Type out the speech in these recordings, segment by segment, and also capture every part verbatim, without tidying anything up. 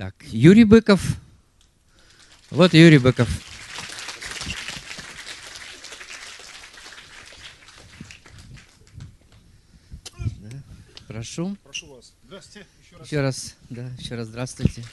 Так, Юрий Быков. Вот Юрий Быков. Да. Прошу. Прошу вас. Здравствуйте. Еще раз. Еще раз, да, еще раз здравствуйте.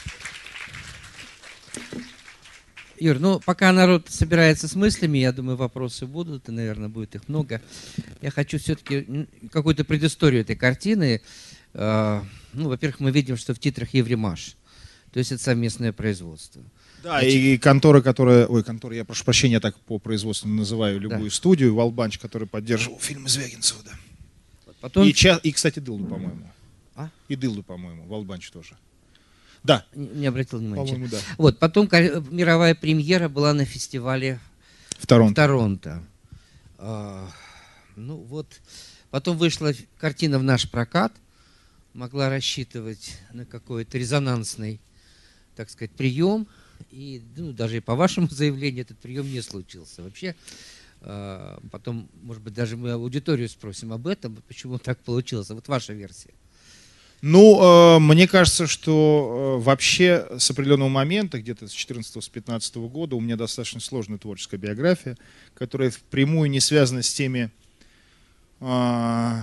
Юр, ну пока народ собирается с мыслями, я думаю, вопросы будут, и, наверное, будет их много. Я хочу все-таки какую-то предысторию этой картины. Ну, во-первых, мы видим, что в титрах Евремаш, то есть это совместное производство. Да, Значит, и контора, которая, ой, контора, я прошу прощения, я так по производству называю любую да. студию, Валбанч, который поддерживал фильмы Звягинцева, да. Потом... И, ча... и, кстати, Дылду, по-моему. А? И Дылду, по-моему, Валбанч тоже. Да. Не, не обратил внимания. По-моему, да. Вот, потом мировая премьера была на фестивале в Торонто. В Торонто. А, ну вот, потом вышла картина в наш прокат, могла рассчитывать на какой-то резонансный, так сказать, прием. И ну, даже и по вашему заявлению этот прием не случился. Вообще, а, потом, может быть, даже мы аудиторию спросим об этом, почему так получилось. Вот ваша версия. Ну, э, мне кажется, что э, вообще с определенного момента, где-то с четырнадцатого, с пятнадцатого года, у меня достаточно сложная творческая биография, которая впрямую не связана с теми, э,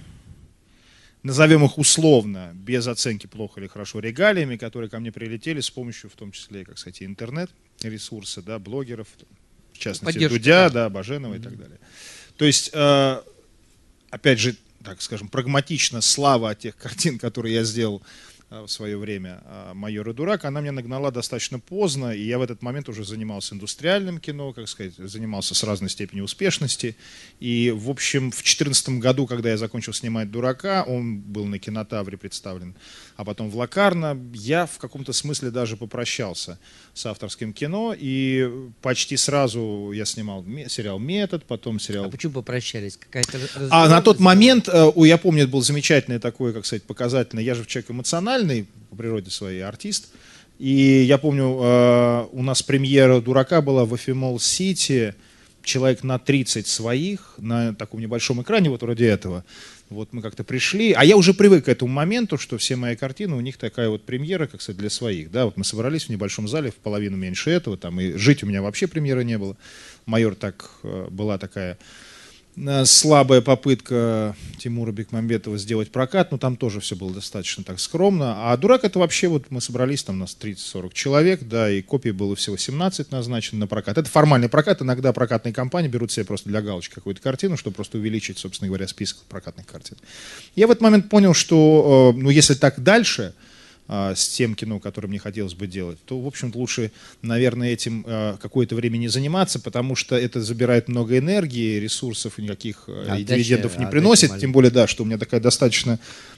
назовем их условно, без оценки плохо или хорошо, регалиями, которые ко мне прилетели с помощью, в том числе, как сказать, интернет-ресурса, да, блогеров, в частности, Поддержка, Дудя, да, Баженова mm-hmm. и так далее. То есть, э, опять же, так скажем, прагматично слава от тех картин, которые я сделал в свое время, «Майор и дурак», она меня нагнала достаточно поздно, и я в этот момент уже занимался индустриальным кино, как сказать, занимался с разной степенью успешности. И, в общем, в две тысячи четырнадцатом году, когда я закончил снимать «Дурака», он был на Кинотавре представлен, а потом в Локарно, я в каком-то смысле даже попрощался с авторским кино, и почти сразу я снимал сериал «Метод», потом сериал... А почему попрощались? Какая-то а на тот момент, я помню, это был замечательный такой, как сказать, показательный, я же человек эмоциональный, по природе своей артист. И я помню, э, у нас премьера «Дурака» была в Эфимол Сити, человек на тридцать своих, на таком небольшом экране, вот вроде этого. Вот мы как-то пришли, а я уже привык к этому моменту, что все мои картины, у них такая вот премьера, как сказать, для своих. Да, вот мы собрались в небольшом зале, в половину меньше этого, там, и жить у меня вообще премьеры не было. «Майор» так, э, была такая... слабая попытка Тимура Бекмамбетова сделать прокат, но там тоже все было достаточно так скромно. А «Дурак» — это вообще, вот мы собрались, там у нас тридцать-сорок человек, да, и копий было всего семнадцать назначено на прокат. Это формальный прокат, иногда прокатные компании берут себе просто для галочки какую-то картину, чтобы просто увеличить, собственно говоря, список прокатных картин. Я в этот момент понял, что, ну, если так дальше, с тем кино, которое мне хотелось бы делать, то, в общем-то, лучше, наверное, этим э, какое-то время не заниматься, потому что это забирает много энергии, ресурсов, никаких э, и дивидендов не приносит. Тем более, да, что у меня такая достаточно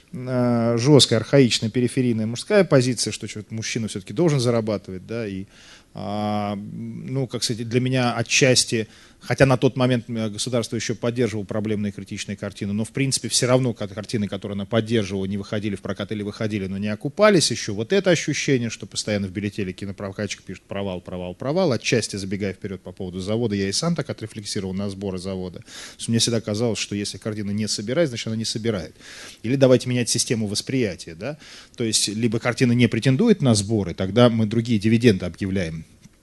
э, жесткая, архаичная, периферийная мужская позиция, что мужчина все-таки должен зарабатывать, да, и, э, ну, как сказать, для меня отчасти, хотя на тот момент государство еще поддерживало проблемные критичные картины, но в принципе все равно картины, которые она поддерживала, не выходили в прокат или выходили, но не окупались еще. Вот это ощущение, что постоянно в бюллетене кинопрокатчик пишет провал, провал, провал. Отчасти, забегая вперед по поводу завода, я и сам так отрефлексировал на сборы завода. Мне всегда казалось, что если картина не собирает, значит она не собирает. Или давайте менять систему восприятия. Да? То есть либо картина не претендует на сборы, тогда мы другие дивиденды объявляем.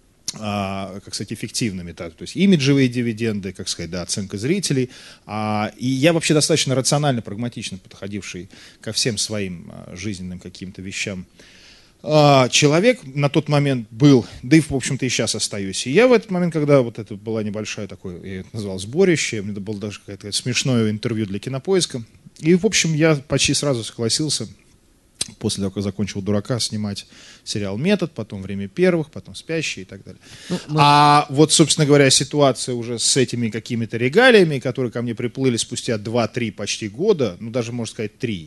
А, как сказать, эффективными, да, то есть имиджевые дивиденды, как сказать, да, оценка зрителей. А, и я вообще достаточно рационально, прагматично подходивший ко всем своим а, жизненным каким-то вещам а, человек на тот момент был, да и, в общем-то, и сейчас остаюсь. И я в этот момент, когда вот это была небольшая такое, я это назвал сборище, это было даже какое-то смешное интервью для Кинопоиска, и, в общем, я почти сразу согласился, после того, как закончил «Дурака», снимать сериал «Метод», потом «Время первых», потом «Спящие» и так далее. Ну, мы... А вот, собственно говоря, ситуация уже с этими какими-то регалиями, которые ко мне приплыли спустя два-три почти года, ну даже, можно сказать, три.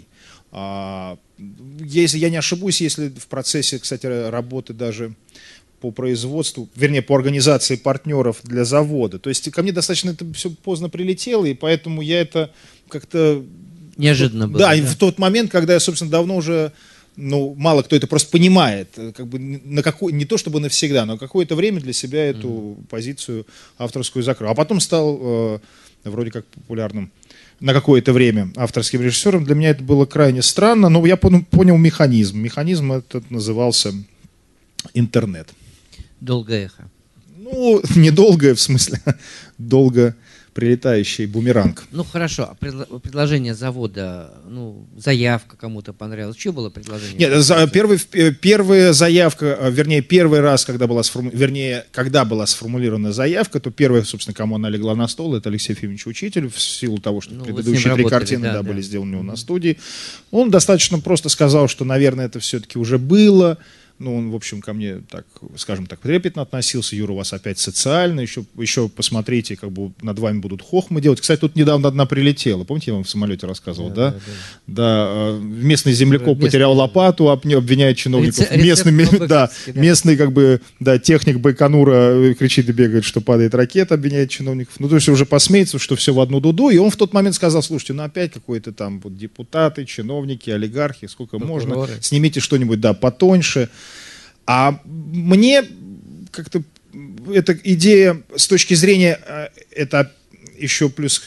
А, если я не ошибусь, если в процессе, кстати, работы даже по производству, вернее, по организации партнеров для завода, то есть ко мне достаточно это все поздно прилетело, и поэтому я это как-то... Неожиданно было. Да, да, и в тот момент, когда я, собственно, давно уже, ну, мало кто это просто понимает, как бы на какой, не то чтобы навсегда, но какое-то время для себя эту mm-hmm. позицию авторскую закрыл. А потом стал э, вроде как популярным на какое-то время авторским режиссером. Для меня это было крайне странно, но я понял, понял механизм. Механизм этот назывался интернет. Долгое эхо. Ну, недолгое, в смысле, долго прилетающий бумеранг. Ну, хорошо. А предложение завода, ну, заявка кому-то понравилась. Что было предложение? Нет, за, первый, первая заявка, вернее, первый раз, когда была, сформу, вернее, когда была сформулирована заявка, то первая, собственно, кому она легла на стол, это Алексей Ефимович Учитель, в силу того, что ну, предыдущие три работали, картины да, да, были сделаны у него на студии. Он достаточно просто сказал, что, наверное, это все-таки уже было. Ну, он, в общем, ко мне, так, скажем так, трепетно относился. Юра, у вас опять социально. Еще, еще посмотрите, как бы над вами будут хохмы делать. Кстати, тут недавно одна прилетела. Помните, я вам в самолете рассказывал, да? Да, да, да. Да, местный землекоп местный, потерял лопату, обвиняет чиновников. Рецепт, местный, рецепт да, да. местный, как бы, да, техник Байконура кричит и бегает, что падает ракета, обвиняет чиновников. Ну, то есть уже посмеется, что все в одну дуду. И он в тот момент сказал: слушайте, ну опять какой-то там вот депутаты, чиновники, олигархи, сколько Прокуроры. Можно. Снимите что-нибудь, да, потоньше. А мне как-то эта идея с точки зрения, это еще плюс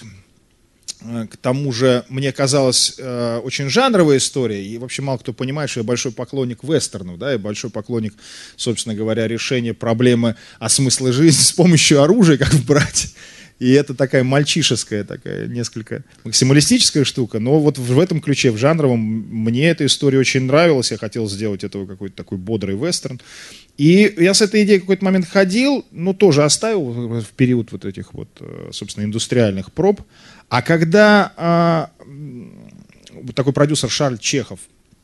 к тому же, мне казалась очень жанровая история, и вообще мало кто понимает, что я большой поклонник вестернов, да, и большой поклонник, собственно говоря, решения проблемы о смысле жизни с помощью оружия, как в «Брате». И это такая мальчишеская, такая несколько максималистическая штука. Но вот в этом ключе, в жанровом, мне эта история очень нравилась. Я хотел сделать этого какой-то такой бодрый вестерн. И я с этой идеей в какой-то момент ходил, ну, тоже оставил в период вот этих вот, собственно, индустриальных проб. А когда а, такой продюсер Шарль Чехов,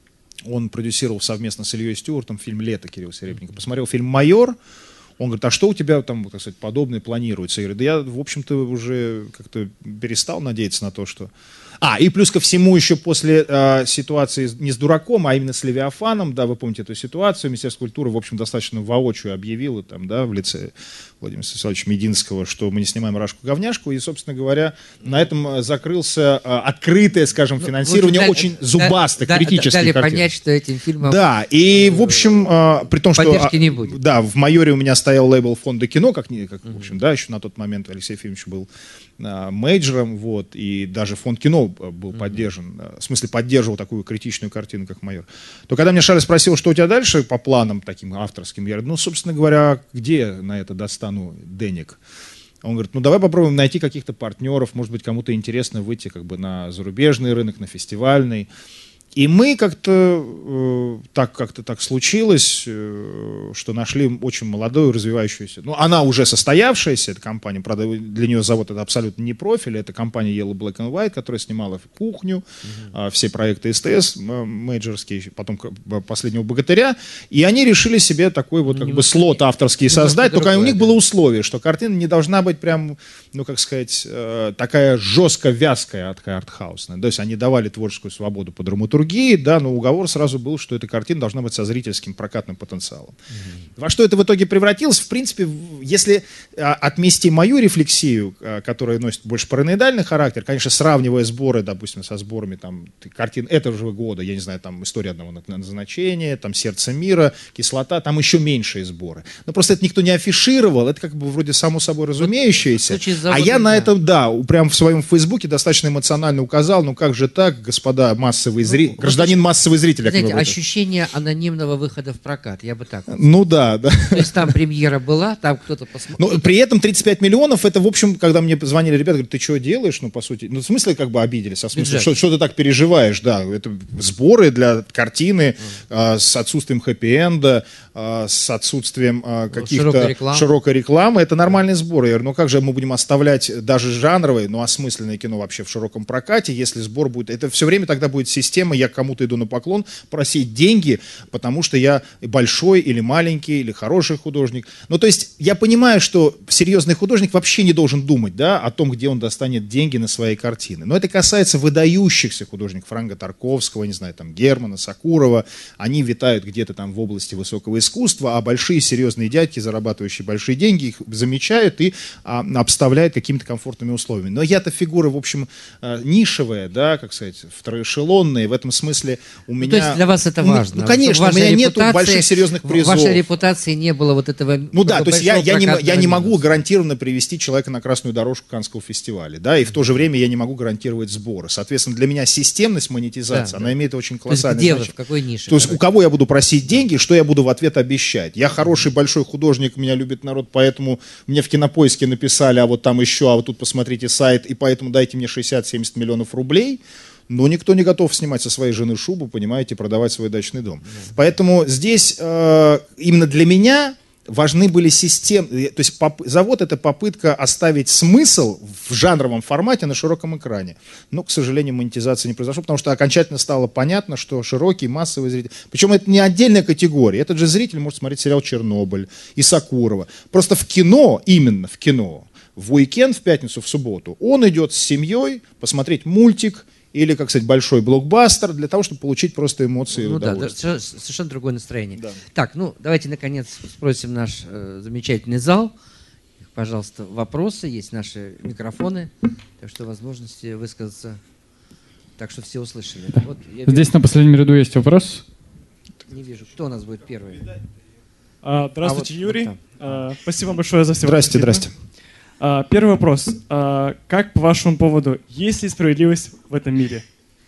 он продюсировал совместно с Ильей Стюартом фильм «Лето» Кирилла Серебренникова, посмотрел фильм «Майор», он говорит: а что у тебя там, так сказать, подобное планируется? Я говорю: да я, в общем-то, уже как-то перестал надеяться на то, что... А, и плюс ко всему еще после э, ситуации не с «Дураком», а именно с «Левиафаном», да, вы помните эту ситуацию, Министерство культуры, в общем, достаточно воочию объявило, там, да, в лице Владимира Станиславовича Мединского, что мы не снимаем «Рашку-говняшку», и, собственно говоря, на этом закрылся э, открытое, скажем, финансирование ну, очень дали, зубастых, да, критических дали картин. Понять, что этим фильмом... Да, и, в общем, э, при том, что... Поддержки не будет. Да, в «Майоре» у меня стоял лейбл фонда кино, как, как mm-hmm. в общем, да, еще на тот момент Алексей Ефимович был а, мейджором, вот, и даже фонд кино был mm-hmm. поддержан, в смысле поддерживал такую критичную картину, как «Майор». То когда меня Шарль спросил, что у тебя дальше по планам таким авторским, я говорю: ну, собственно говоря, где я на это достану денег? Он говорит: ну, давай попробуем найти каких-то партнеров, может быть, кому-то интересно выйти как бы на зарубежный рынок, на фестивальный. И мы как-то э, так как-то так случилось, э, что нашли очень молодую, развивающуюся. Ну, она уже состоявшаяся, эта компания, правда, для нее завод это абсолютно не профиль, это компания Yellow Black and White, которая снимала «Кухню», mm-hmm. э, все проекты СТС, э, мейджорские, потом «Последнего богатыря», и они решили себе такой вот как ну, бы слот авторский создать, только другое, у них да. было условие, что картина не должна быть прям, ну, как сказать, э, такая жестко вязкая, артхаусная. То есть они давали творческую свободу по драматургии, да, но уговор сразу был, что эта картина должна быть со зрительским прокатным потенциалом. Mm-hmm. Во что это в итоге превратилось? В принципе, если а, отмести мою рефлексию, а, которая носит больше параноидальный характер, конечно, сравнивая сборы, допустим, со сборами там, картин этого же года, я не знаю, там «История одного назначения», там «Сердце мира», «Кислота», там еще меньшие сборы. Но просто это никто не афишировал, это как бы вроде само собой разумеющееся. А я на этом, да, прям в своем фейсбуке достаточно эмоционально указал: ну как же так, господа массовые зрители, ну, гражданин массовый зритель. Знаете, ощущение анонимного выхода в прокат, я бы так. Ну да, да. То есть там премьера была, там кто-то посмотрел. Но при этом тридцать пять миллионов, это, в общем, когда мне позвонили ребята, говорят: ты что делаешь, ну, по сути, ну, в смысле, как бы обиделись, а в смысле, что, что ты так переживаешь, да, это сборы для картины mm. э, с отсутствием хэппи-энда, э, с отсутствием э, каких-то широкой рекламы. широкой рекламы, это нормальные сборы. Я говорю: ну, как же мы будем оставлять даже жанровое, но осмысленное кино вообще в широком прокате, если сбор будет, это все время тогда будет система, я кому-то иду на поклон просить деньги, потому что я большой или маленький, или хороший художник. Ну, то есть я понимаю, что серьезный художник вообще не должен думать, да, о том, где он достанет деньги на свои картины. Но это касается выдающихся художников: Франка Тарковского, не знаю, там, Германа, Сакурова. Они витают где-то там в области высокого искусства, а большие серьезные дядьки, зарабатывающие большие деньги, их замечают и а, обставляют какими-то комфортными условиями. Но я-то фигура, в общем, а, нишевая, да, как сказать, второэшелонная. В этом этом смысле у ну, меня... То есть для вас это важно? Ну, конечно, у меня нет больших серьезных призов. В вашей репутации не было вот этого... Ну да, то есть я, я, не, я не могу гарантированно привести человека на красную дорожку Каннского фестиваля, да, и в то же время я не могу гарантировать сборы. Соответственно, для меня системность монетизации, да, она да. имеет очень колоссальное значение. То есть где вы, в какой нише? То есть у кого я буду просить деньги, что я буду в ответ обещать? Я хороший большой художник, меня любит народ, поэтому мне в Кинопоиске написали, а вот там еще, а вот тут посмотрите сайт, и поэтому дайте мне шестьдесят-семьдесят миллионов рублей. Но никто не готов снимать со своей жены шубу, понимаете, продавать свой дачный дом. Mm. Поэтому здесь э, именно для меня важны были системы. То есть поп, завод — это попытка оставить смысл в жанровом формате на широком экране. Но, к сожалению, монетизация не произошла, потому что окончательно стало понятно, что широкий, массовый зритель... Причем это не отдельная категория. Этот же зритель может смотреть сериал «Чернобыль» и Сакурова. Просто в кино, именно в кино, в уикенд, в пятницу, в субботу, он идет с семьей посмотреть мультик, или, как сказать, большой блокбастер, для того, чтобы получить просто эмоции и ну, удовольствие. Да, совершенно другое настроение. Да. Так, ну, давайте, наконец, спросим наш э, замечательный зал. Пожалуйста, вопросы, есть наши микрофоны, так что возможности высказаться, так что все услышали. Вот, я Здесь вижу, на последнем ряду есть вопрос. Не вижу. Кто у нас будет первый? А, здравствуйте, а, вот, Юрий. Вот а, спасибо большое за сегодня. Здрасте, здрасте. Uh, первый вопрос. Uh, как по вашему поводу, есть ли справедливость в этом мире?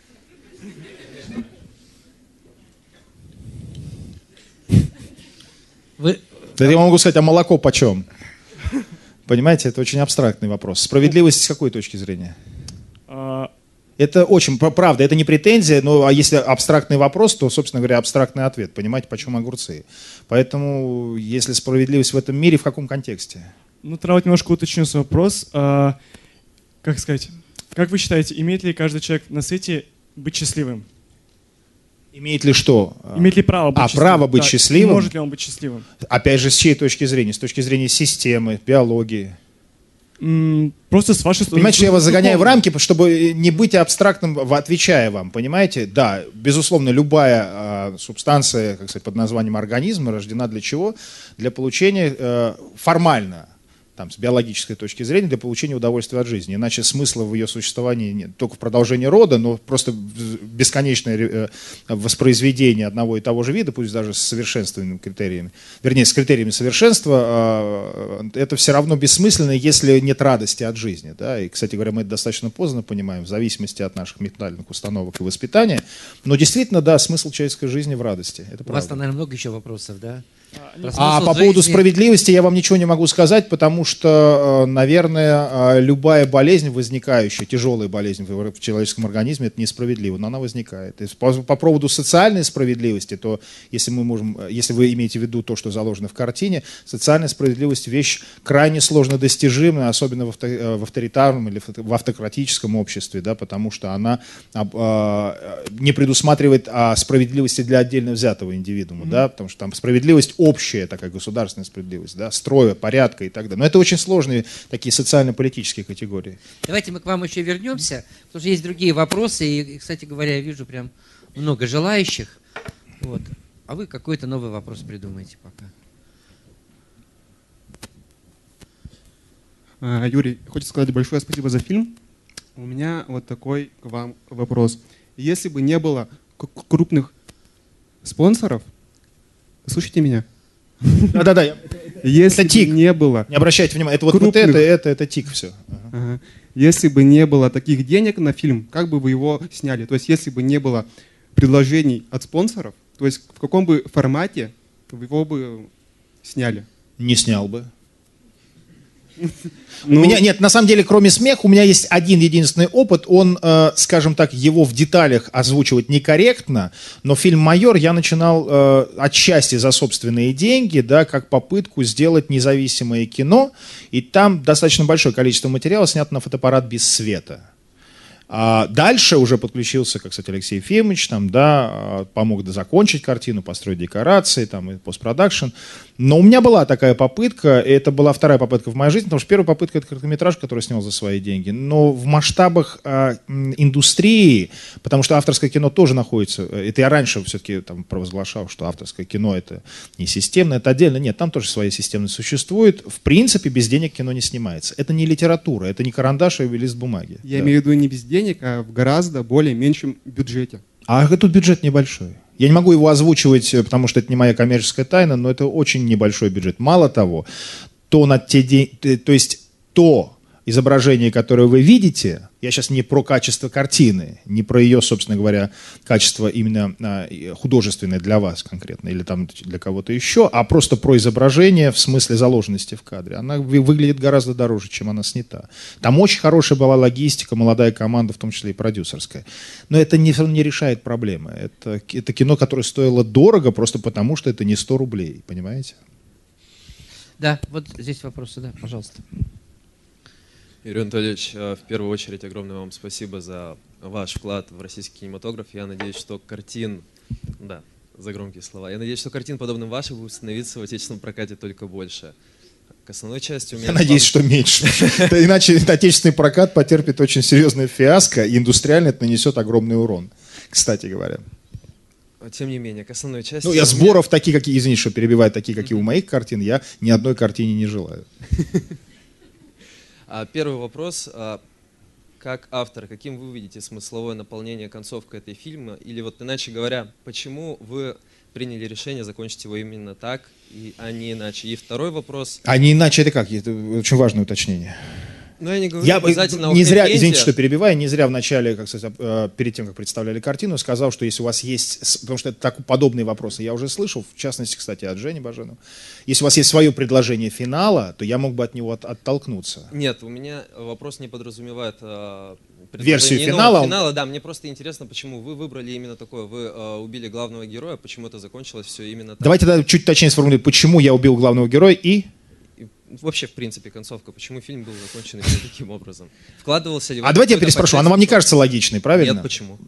Вы... Да я могу сказать, а молоко почем? Понимаете, это очень абстрактный вопрос. Справедливость с какой точки зрения? Uh... Это очень, правда, это не претензия, но а если абстрактный вопрос, то, собственно говоря, абстрактный ответ. Понимаете, почем огурцы? Поэтому, если справедливость в этом мире, в каком контексте? Ну, тогда вот немножко уточню свой вопрос. А, как сказать, как вы считаете, имеет ли каждый человек на свете быть счастливым? Имеет ли что? Имеет ли право быть а, счастливым? право быть да. счастливым? Может ли он быть счастливым? Опять же, с чьей точки зрения? С точки зрения системы, биологии? М-м, просто с вашей стороны. Понимаете, что я вас загоняю в рамки, чтобы не быть абстрактным, отвечая вам, понимаете? Да, безусловно, любая э, субстанция, как сказать, под названием организма рождена для чего? Для получения э, формально, там, с биологической точки зрения, для получения удовольствия от жизни. Иначе смысла в ее существовании нет. Только в продолжении рода, но просто бесконечное воспроизведение одного и того же вида, пусть даже с совершенственными критериями, вернее, с критериями совершенства, это все равно бессмысленно, если нет радости от жизни. Да? И, кстати говоря, мы это достаточно поздно понимаем, в зависимости от наших ментальных установок и воспитания. Но действительно, да, смысл человеческой жизни в радости. Это У вас там, наверное, много еще вопросов, да? А по поводу справедливости я вам ничего не могу сказать, потому что, наверное, любая болезнь возникающая, тяжелая болезнь в человеческом организме, это несправедливо, но она возникает. По, по поводу социальной справедливости, то если мы можем, если вы имеете в виду то, что заложено в картине, социальная справедливость вещь крайне сложно достижимая, особенно в, авто, в авторитарном или в автократическом обществе, да, потому что она а, не предусматривает а, справедливости для отдельно взятого индивидуума, mm-hmm. да, потому что там справедливость общая такая государственная справедливость, да, строя, порядка и так далее. Но это очень сложные такие социально-политические категории. Давайте мы к вам еще вернемся, потому что есть другие вопросы, и, кстати говоря, я вижу прям много желающих. Вот. А вы какой-то новый вопрос придумаете пока. Юрий, хочется сказать большое спасибо за фильм. У меня вот такой к вам вопрос. Если бы не было крупных спонсоров, слушайте меня? Да-да-да. Если это тик. Не было. Не обращайте внимания. Это вот, вот это, это, это тик все. Ага. Ага. Если бы не было таких денег на фильм, как бы вы его сняли? То есть, если бы не было предложений от спонсоров, то есть в каком бы формате вы его бы сняли? Не снял бы. Ну, у меня, нет, на самом деле, кроме смеха, у меня есть один единственный опыт. Он, э, скажем так, его в деталях озвучивать некорректно, но фильм «Майор» я начинал э, отчасти за собственные деньги, да, как попытку сделать независимое кино, и там достаточно большое количество материала снято на фотоаппарат без света. А дальше уже подключился, как, кстати, Алексей Ефимович, там, да, помог закончить картину, построить декорации, там, и постпродакшн. Но у меня была такая попытка, и это была вторая попытка в моей жизни, потому что первая попытка — это короткометражка, которую снял за свои деньги. Но в масштабах э, индустрии, потому что авторское кино тоже находится, это я раньше все-таки там провозглашал, что авторское кино — это не системное, это отдельно. Нет, там тоже своя системность существует. В принципе, без денег кино не снимается. Это не литература, это не карандаш и лист бумаги. Я да. имею в виду не без денег, а в гораздо более меньшем бюджете. А тут бюджет небольшой. Я не могу его озвучивать, потому что это не моя коммерческая тайна, но это очень небольшой бюджет. Мало того, то, на те день, то есть то изображение, которое вы видите, я сейчас не про качество картины, не про ее, собственно говоря, качество именно а, художественное для вас конкретно, или там для кого-то еще, а просто про изображение в смысле заложенности в кадре. Она вы- выглядит гораздо дороже, чем она снята. Там очень хорошая была логистика, молодая команда, в том числе и продюсерская. Но это не, не решает проблемы. Это, это кино, которое стоило дорого просто потому, что это не сто рублей, понимаете? Да, вот здесь вопросы, да, пожалуйста. Юрий Анатольевич, в первую очередь огромное вам спасибо за ваш вклад в российский кинематограф. Я надеюсь, что картин, да, за громкие слова, я надеюсь, что картин, подобным вашим, будет становиться в отечественном прокате только больше. К основной части у меня... Я надеюсь, что меньше. Иначе отечественный прокат потерпит очень серьезное фиаско, и индустриально это нанесет огромный урон, кстати говоря. Тем не менее, к основной части... Ну, я сборов такие, какие, извините, что перебиваю, такие, какие у моих картин, я ни одной картине не желаю. Первый вопрос. Как автор, каким вы видите смысловое наполнение концовка этой фильма? Или вот иначе говоря, почему вы приняли решение закончить его именно так, и, а не иначе? И второй вопрос. А не иначе это как? Это очень важное уточнение. Ну, я не говорю Я обязательно не о зря, хэппи-энде. извините, что перебиваю, не зря в начале, как сказать, перед тем, как представляли картину, сказал, что если у вас есть, потому что это так, подобные вопросы я уже слышал, в частности, кстати, от Жени Баженова, если у вас есть свое предложение финала, то я мог бы от него от, оттолкнуться. Нет, у меня вопрос не подразумевает э, Версию предложение финала? иного финала. Да, мне просто интересно, почему вы выбрали именно такое. Вы э, убили главного героя, почему это закончилось все именно так. Давайте тогда чуть точнее сформулируем, почему я убил главного героя и... И вообще, в принципе, концовка. Почему фильм был закончен именно таким образом? Вкладывался ли в А это давайте я какой-то переспрошу, она вам не подтекст? кажется логичной, правильно? Нет, почему?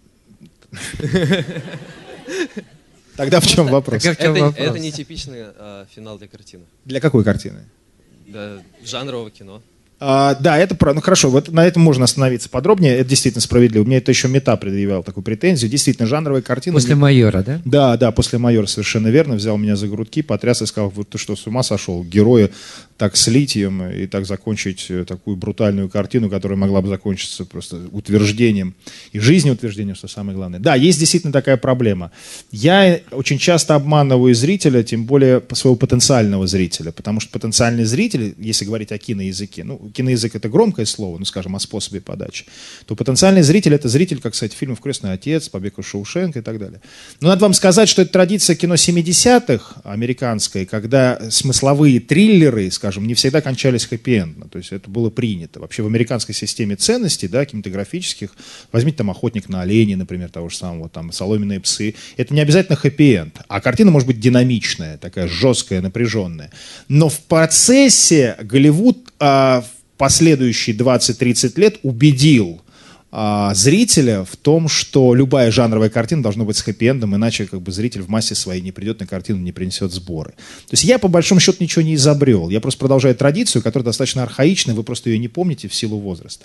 Тогда в чем вопрос? Так, а в чем Это, вопрос? это нетипичный э, финал для картины. Для какой картины? Для жанрового кино. А, да, это про... Ну хорошо, вот на этом можно остановиться подробнее. Это действительно справедливо. Мне это еще Мета предъявлял такую претензию. Действительно, жанровая картина... После «Майора», да? Да, да, после «Майора» совершенно верно. Взял меня за грудки, потряс и сказал: вот ты что, с ума сошел? Героя так слить им и так закончить э, такую брутальную картину, которая могла бы закончиться просто утверждением и жизнеутверждением, что самое главное. Да, есть действительно такая проблема. Я очень часто обманываю зрителя, тем более своего потенциального зрителя, потому что потенциальный зритель, если говорить о киноязыке, ну, киноязык — это громкое слово, ну, скажем, о способе подачи, то потенциальный зритель — это зритель, как, кстати, фильмов «Крестный отец», «Побег из Шоушенка» и так далее. Но надо вам сказать, что это традиция кино семидесятых, американской, когда смысловые триллеры, скажем, не всегда кончались хэппи-эндно. То есть это было принято. Вообще в американской системе ценностей, да, кинематографических, возьмите там «Охотник на оленей», например, того же самого, там «Соломенные псы», это не обязательно хэппи-энд, а картина может быть динамичная, такая жесткая, напряженная. Но в процессе Голливуд а, в последующие двадцать-тридцать лет убедил а, зрителя в том, что любая жанровая картина должна быть с хэппи-эндом, иначе как бы зритель в массе своей не придет на картину, не принесет сборы. То есть я по большому счету ничего не изобрел. Я просто продолжаю традицию, которая достаточно архаичная, вы просто ее не помните в силу возраста.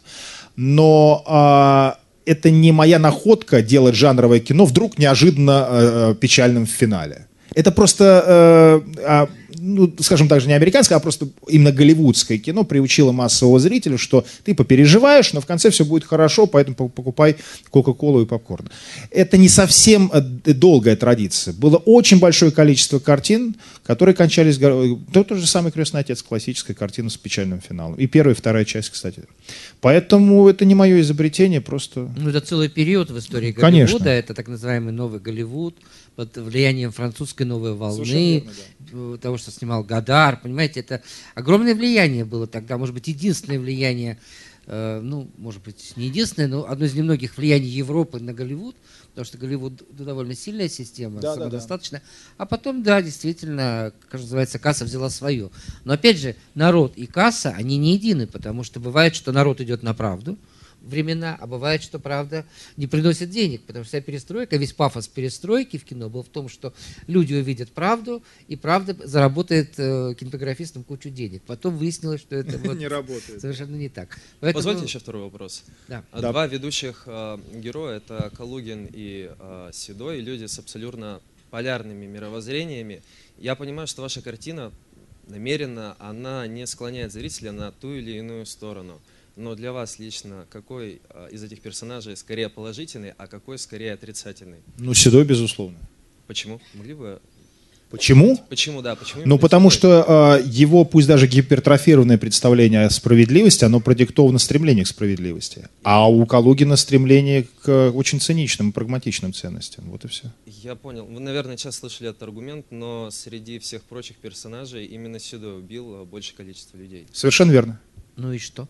Но а, это не моя находка делать жанровое кино вдруг неожиданно э, печальным в финале. Это просто, э, а, ну, скажем так же, не американское, а просто именно голливудское кино приучило массового зрителя, что ты попереживаешь, но в конце все будет хорошо, поэтому покупай кока-колу и попкорн. Это не совсем долгая традиция. Было очень большое количество картин, которые кончались... Да, тот же самый «Крестный отец», классическая картина с печальным финалом. И первая, и вторая часть, кстати. Поэтому это не мое изобретение, просто... Ну, это целый период в истории Конечно. Голливуда. Это так называемый новый Голливуд под влиянием французской новой волны, верно, того, что снимал Годар. Понимаете, это огромное влияние было тогда. Может быть, единственное влияние, э, ну, может быть, не единственное, но одно из немногих влияний Европы на Голливуд, потому что Голливуд довольно сильная система, Да, да, самодостаточная. А потом, да, действительно, как называется, касса взяла свое. Но опять же, народ и касса, они не едины, потому что бывает, что народ идет на правду времена, а бывает, что правда не приносит денег, потому что вся перестройка, весь пафос перестройки в кино был в том, что люди увидят правду, и правда заработает э, кинематографистам кучу денег. Потом выяснилось, что это вот Не работает. совершенно не так. Поэтому- Позвольте еще второй вопрос. Да. А Да. Два ведущих э, героя, это Калугин и э, Седой, люди с абсолютно полярными мировоззрениями. Я понимаю, что ваша картина намеренно, она не склоняет зрителя на ту или иную сторону. но для вас лично какой а, из этих персонажей скорее положительный, а какой скорее отрицательный? Ну, Седой, безусловно. Почему? Могли бы... Почему? Почему, да, почему? Ну, именно потому Седой? что э, его, пусть даже гипертрофированное представление о справедливости, оно продиктовано стремлением к справедливости. А у Калугина стремление к э, очень циничным и прагматичным ценностям. Вот и все. Я понял. Вы, наверное, часто слышали этот аргумент, но среди всех прочих персонажей именно Седой убил а, большее количество людей. Совершенно верно. Ну и что?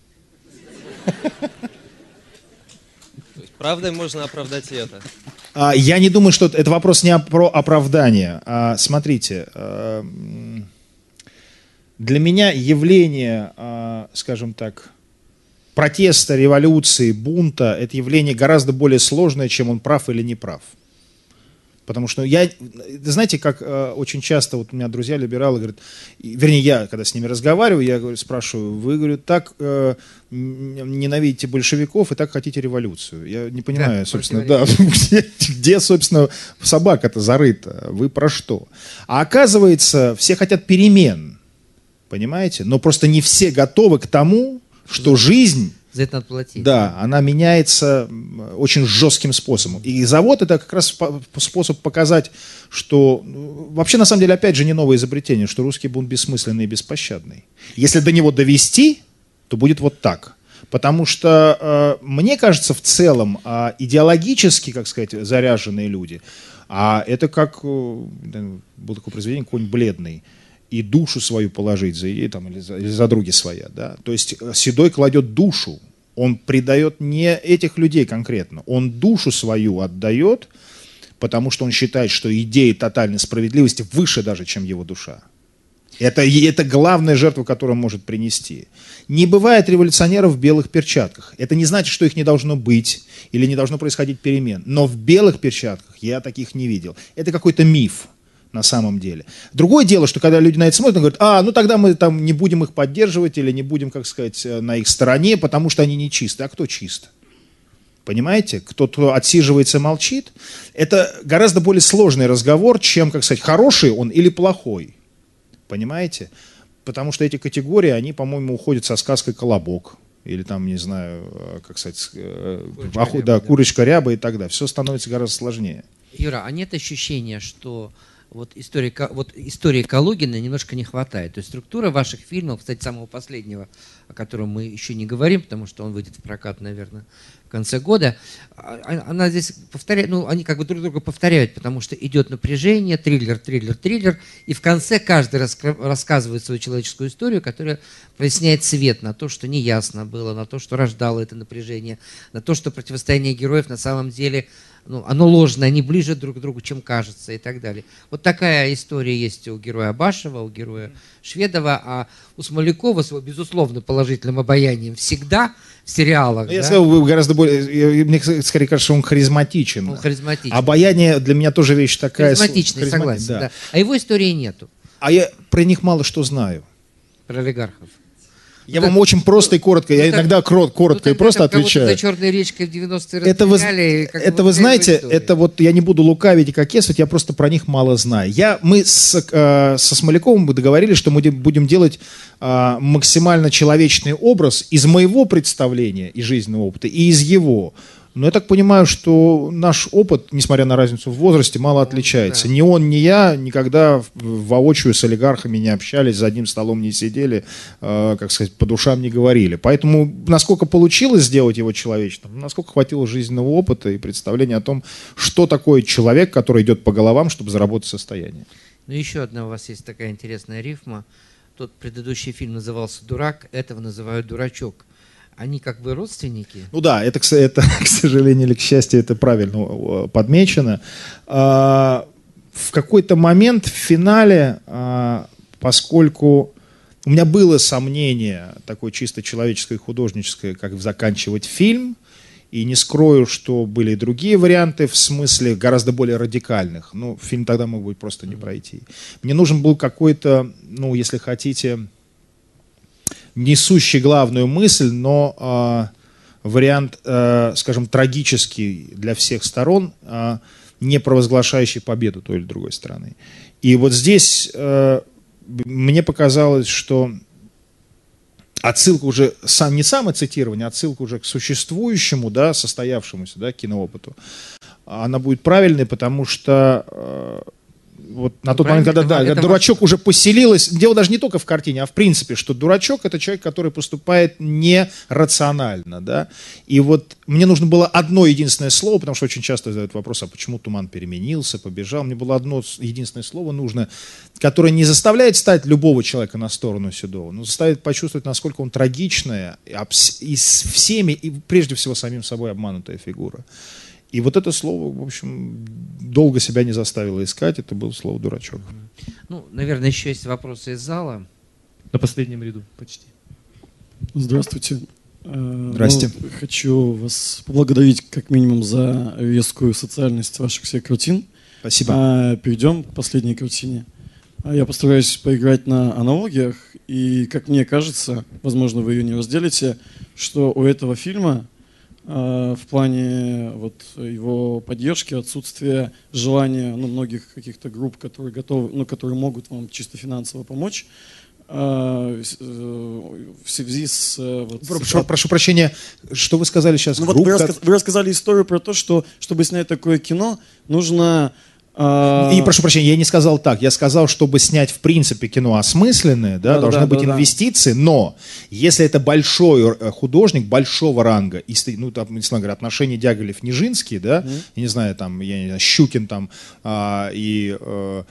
То есть правдой можно оправдать и это. А, я не думаю, что это вопрос не о- про оправдание. А, смотрите, а, м, для меня явление, а, скажем так, протеста, революции, бунта, это явление гораздо более сложное, чем он прав или не прав. Потому что я, знаете, как э, очень часто вот у меня друзья-либералы говорят, и, вернее, я, когда с ними разговариваю, я говорю, спрашиваю, вы, говорю, так э, н- ненавидите большевиков и так хотите революцию. Я не понимаю, Да, собственно, да, где, где, собственно, собака-то зарыта, вы про что? А оказывается, все хотят перемен, понимаете? Но просто не все готовы к тому, что жизнь... За это надо платить. Да, она меняется м, очень жестким способом. И завод это как раз по- способ показать, что ну, вообще на самом деле опять же не новое изобретение, что русский бунт бессмысленный и беспощадный. Если до него довести, то будет вот так. Потому что э, мне кажется в целом э, идеологически, как сказать, заряженные люди, а это как э, было такое произведение «Конь бледный», и душу свою положить за идею там, или, за, или за други своя. Да? То есть Седой кладет душу, он предает не этих людей конкретно, он душу свою отдает, потому что он считает, что идея тотальной справедливости выше даже, чем его душа. Это, это главная жертва, которую он может принести. Не бывает революционеров в белых перчатках. Это не значит, что их не должно быть или не должно происходить перемен. Но в белых перчатках я таких не видел. Это какой-то миф. На самом деле. Другое дело, что когда люди на это смотрят, они говорят, а, ну тогда мы там не будем их поддерживать или не будем, как сказать, на их стороне, потому что они не чисты. А кто чист? Понимаете? Кто-то отсиживается, молчит. Это гораздо более сложный разговор, чем, как сказать, хороший он или плохой. Понимаете? Потому что эти категории, они, по-моему, уходят со сказкой «Колобок». Или там, не знаю, как сказать, Курочка оху, ряба, да, да. курочка ряба и так далее. Все становится гораздо сложнее. Юра, а нет ощущения, что вот истории, Ка- вот истории Калугина немножко не хватает? То есть структура ваших фильмов, кстати, самого последнего, о котором мы еще не говорим, потому что он выйдет в прокат, наверное, в конце года, а- а- она здесь повторяет, ну, они как бы друг друга повторяют, потому что идет напряжение, триллер, триллер, триллер, и в конце каждый раскра- рассказывает свою человеческую историю, которая проясняет свет на то, что неясно было, на то, что рождало это напряжение, на то, что противостояние героев на самом деле, ну, оно ложное, они ближе друг к другу, чем кажется, и так далее. Вот такая история есть у героя Абашева, у героя Шведова, а у Смолякова с его, безусловно, положительным обаянием всегда в сериалах. Я да, сказал, вы гораздо более, я- мне скорее кажется, что он харизматичен. он харизматичный. Обаяние для меня тоже вещь такая. Харизматичный, харизма- согласен. да. Да. А его истории нету А я про них мало что знаю. про олигархов. Я Ну, вам так- очень просто и коротко, я ну, так- иногда кро- коротко Ну, и просто тогда кого-то отвечаю. за черной речкой в девяностые Это вы, расстреляли, как это бы вы вот знаете, история. это вот я не буду лукавить и кокетствовать, я просто про них мало знаю. Я, мы с, э, со Смоляковым мы договорились, что мы де- будем делать э, максимально человечный образ из моего представления и жизненного опыта, и из его. Но я так понимаю, что наш опыт, несмотря на разницу в возрасте, мало отличается. да. Ни он, ни я никогда в- воочию с олигархами не общались, за одним столом не сидели, э, как сказать, по душам не говорили. Поэтому, насколько получилось сделать его человечным, насколько хватило жизненного опыта и представления о том, что такое человек, который идет по головам, чтобы заработать состояние. Ну, еще одна у вас есть такая интересная рифма. Тот предыдущий фильм назывался «Дурак», этого называют «Дурачок». Они как бы родственники. Ну да, это, к- это, к сожалению или к счастью, это правильно э, подмечено. А, В какой-то момент в финале, а, поскольку у меня было сомнение такое чисто человеческое и художническое, как заканчивать фильм, и не скрою, что были и другие варианты, в смысле гораздо более радикальных. Ну, фильм тогда мог быть просто не пройти. Мне нужен был какой-то, ну, если хотите, несущий главную мысль, но э, вариант, э, скажем, трагический для всех сторон, э, не провозглашающий победу той или другой стороны. И вот здесь э, мне показалось, что отсылка уже, сам, не самоцитирование, а отсылка уже к существующему, да, состоявшемуся, да, киноопыту, она будет правильной, потому что э, вот на Ну, тот момент, когда, правильно, да, это когда дурачок уже поселилось, дело даже не только в картине, а в принципе, что дурачок — это человек, который поступает нерационально, да, и вот мне нужно было одно единственное слово, потому что очень часто задают вопрос, а почему туман переменился, побежал, мне было одно единственное слово нужно, которое не заставляет стать любого человека на сторону Седова, но заставит почувствовать, насколько он трагичная и с всеми, и прежде всего самим собой обманутая фигура. И вот это слово, в общем, долго себя не заставило искать. Это было слово «дурачок». Ну, наверное, еще есть вопросы из зала. На последнем ряду почти. Здравствуйте. Э, Здрасте. ну, хочу вас поблагодарить как минимум за резкую социальность ваших всех картин. Спасибо. А, перейдем к последней картине. А я постараюсь поиграть на аналогиях. И, как мне кажется, возможно, вы ее не разделите, что у этого фильма в плане вот его поддержки, отсутствия желания, ну, многих каких-то групп, которые готовы, ну, которые могут вам чисто финансово помочь, в связи с... Вот, прошу, с... прошу прощения, что вы сказали сейчас? Ну, вот вы, раска... вы рассказали историю про то, что чтобы снять такое кино, нужно... И прошу прощения, я не сказал так. Я сказал, чтобы снять в принципе кино осмысленное, да, да, должны да, быть да, инвестиции, но если это большой художник большого ранга, и, ну, там, если говоря, отношения Дяголев-Нижинский, да, mm-hmm. я не знаю, там, я не знаю, Щукин там, а, и а,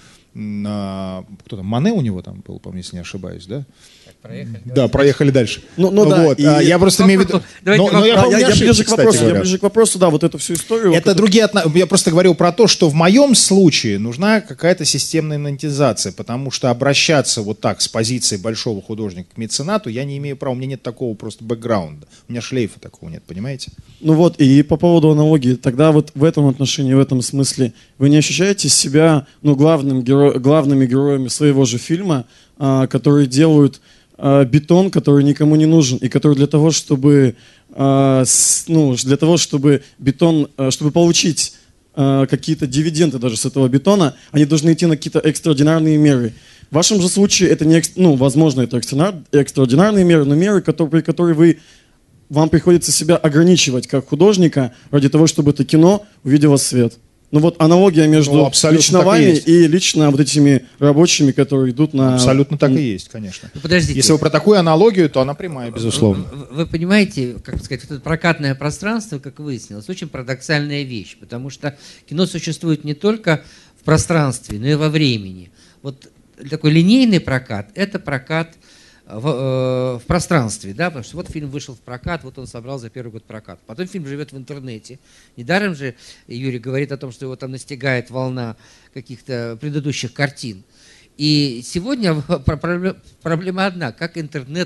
а, кто там, Мане у него там был, по-моему, если не ошибаюсь, да? Проехали, да, проехали дальше. Ну, ну да, вот. и... а, я просто имею в виду... Но, но я, да, я, я, ошибки, ближе к вопросу, говоря. я ближе к вопросу, да, вот эту всю историю. Это вот другие отно... Я просто говорил про то, что в моем случае нужна какая-то системная монетизация, потому что обращаться вот так с позиции большого художника к меценату я не имею права, у меня нет такого просто бэкграунда, у меня шлейфа такого нет, понимаете? Ну вот, и по поводу аналогии, тогда вот в этом отношении, в этом смысле, вы не ощущаете себя, ну, главным геро... главными героями своего же фильма, а, которые делают бетон, который никому не нужен, и который для того, чтобы, э, с, ну, для того, чтобы бетон, э, чтобы получить э, какие-то дивиденды даже с этого бетона, они должны идти на какие-то экстраординарные меры. В вашем же случае это не, ну, возможно, это экстраординарные меры, но меры, которые, при которых вы, вам приходится себя ограничивать как художника ради того, чтобы это кино увидело свет. Ну вот аналогия между ну, лично вами и лично вот этими рабочими, которые идут на... Абсолютно так и есть, конечно. Ну, подождите. Если вы про такую аналогию, то она прямая, безусловно. Вы, вы понимаете, как сказать, вот это прокатное пространство, как выяснилось, очень парадоксальная вещь, потому что кино существует не только в пространстве, но и во времени. Вот такой линейный прокат – это прокат в, э, в пространстве, да, потому что вот фильм вышел в прокат, вот он собрал за первый год прокат. Потом фильм живет в интернете. Недаром же Юрий говорит о том, что его там настигает волна каких-то предыдущих картин. И сегодня проблема одна, как интернет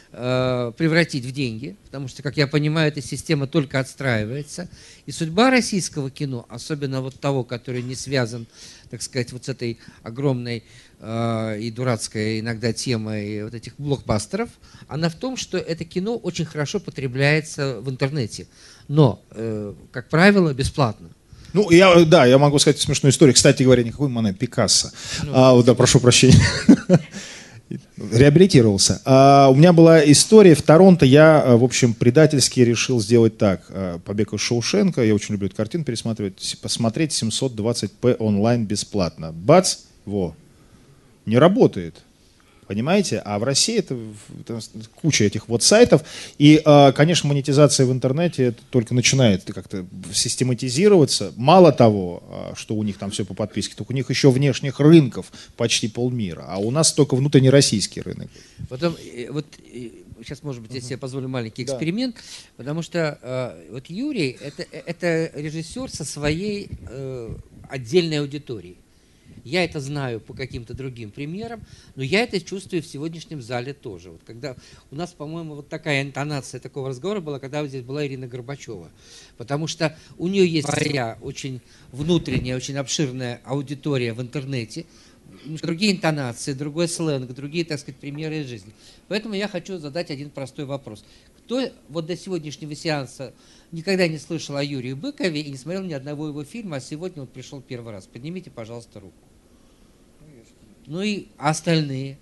э, превратить в деньги, потому что, как я понимаю, эта система только отстраивается. И судьба российского кино, особенно вот того, который не связан, так сказать, вот с этой огромной э, и дурацкой иногда темой вот этих блокбастеров, она в том, что это кино очень хорошо потребляется в интернете, но, э, как правило, бесплатно. Ну, я, да, я могу сказать смешную историю. Кстати говоря, никакой Мане, Пикассо. Ну, а, вот, да, прошу прощения. Реабилитировался. А, у меня была история в Торонто. Я, в общем, предательски решил сделать так. «Побег из Шоушенка». Я очень люблю эту картину пересматривать. Посмотреть семьсот двадцать пэ онлайн бесплатно. Бац! Во! Не работает. Понимаете? А в России это, это куча этих вот сайтов. И, конечно, монетизация в интернете это только начинает как-то систематизироваться. Мало того, что у них там все по подписке, только у них еще внешних рынков почти полмира. А у нас только внутреннероссийский рынок. Потом, вот сейчас, может быть, если я позволю маленький эксперимент, да. Потому что вот Юрий это, это режиссер со своей отдельной аудиторией. Я это знаю по каким-то другим примерам, но я это чувствую в сегодняшнем зале тоже. Вот когда у нас, по-моему, вот такая интонация такого разговора была, когда вот здесь была Ирина Горбачева. Потому что у нее есть своя очень внутренняя, очень обширная аудитория в интернете, другие интонации, другой сленг, другие, так сказать, примеры из жизни. Поэтому я хочу задать один простой вопрос. Кто вот до сегодняшнего сеанса никогда не слышал о Юрии Быкове и не смотрел ни одного его фильма, а сегодня он пришел первый раз? Поднимите, пожалуйста, руку. Ну и остальные.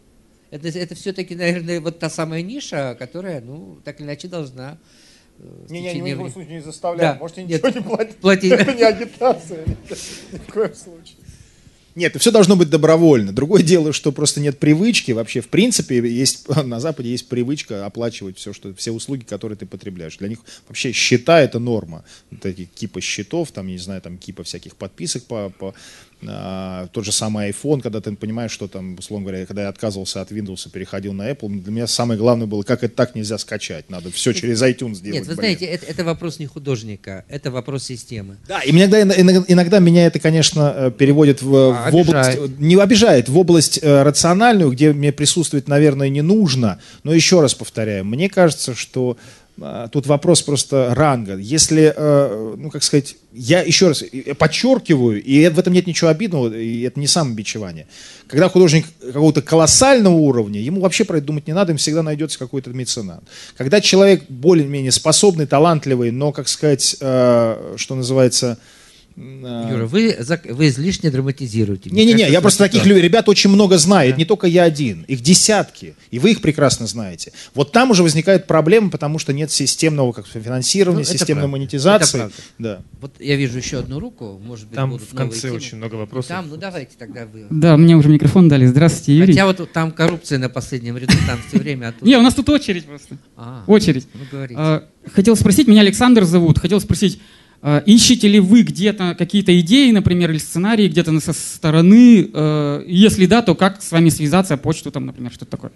Это, это все-таки, наверное, вот та самая ниша, которая, ну, так или иначе должна... Не-не, ни в коем случае не Да. заставляем. Можете ничего Нет, не платить. платить. Это не агитация. Ни в коем случае. Нет, все должно быть добровольно. Другое дело, что просто нет привычки. Вообще, в принципе, есть, на Западе есть привычка оплачивать все, что, все услуги, которые ты потребляешь. Для них вообще счета — это норма. Такие кипа счетов, там, я не знаю, там кипа всяких подписок по... по а, тот же самый iPhone, когда ты понимаешь, что там, условно говоря, когда я отказывался от Windows и переходил на Apple, для меня самое главное было, как это так нельзя скачать. Надо все через iTunes делать. Нет, вы блин. знаете, это, это вопрос не художника, это вопрос системы. Да, и иногда, иногда, иногда меня это, конечно, переводит в, А, в область, не обижает, в область э, рациональную, где мне присутствовать, наверное, не нужно. Но еще раз повторяю, мне кажется, что э, тут вопрос просто ранга. Если, э, ну, как сказать, я еще раз подчеркиваю, и в этом нет ничего обидного, и это не самобичевание. Когда художник какого-то колоссального уровня, ему вообще про это думать не надо, им всегда найдется какой-то меценат. Когда человек более-менее способный, талантливый, но, как сказать, э, что называется... Юра, вы, вы излишне драматизируете. Не-не-не, я просто таких людей, ребят очень много знаю, да. Не только я один, их десятки, и вы их прекрасно знаете. Вот там уже возникает проблема, потому что нет системного как, финансирования, ну, системной правда. монетизации. Это да. Вот я вижу еще одну руку, может быть, там будут в конце темы. очень много вопросов. Там, ну давайте тогда вы. Да, мне уже микрофон дали. Здравствуйте, Юрий. Хотя вот там коррупция на последнем ряду, там все время оттуда. Не, у нас тут очередь просто. А, очередь. Ну, говорите. А, хотел спросить, меня Александр зовут, хотел спросить, а, ищете ли вы где-то какие-то идеи, например, или сценарии где-то со стороны? А, если да, то как с вами связаться, почту там, например, что-то такое?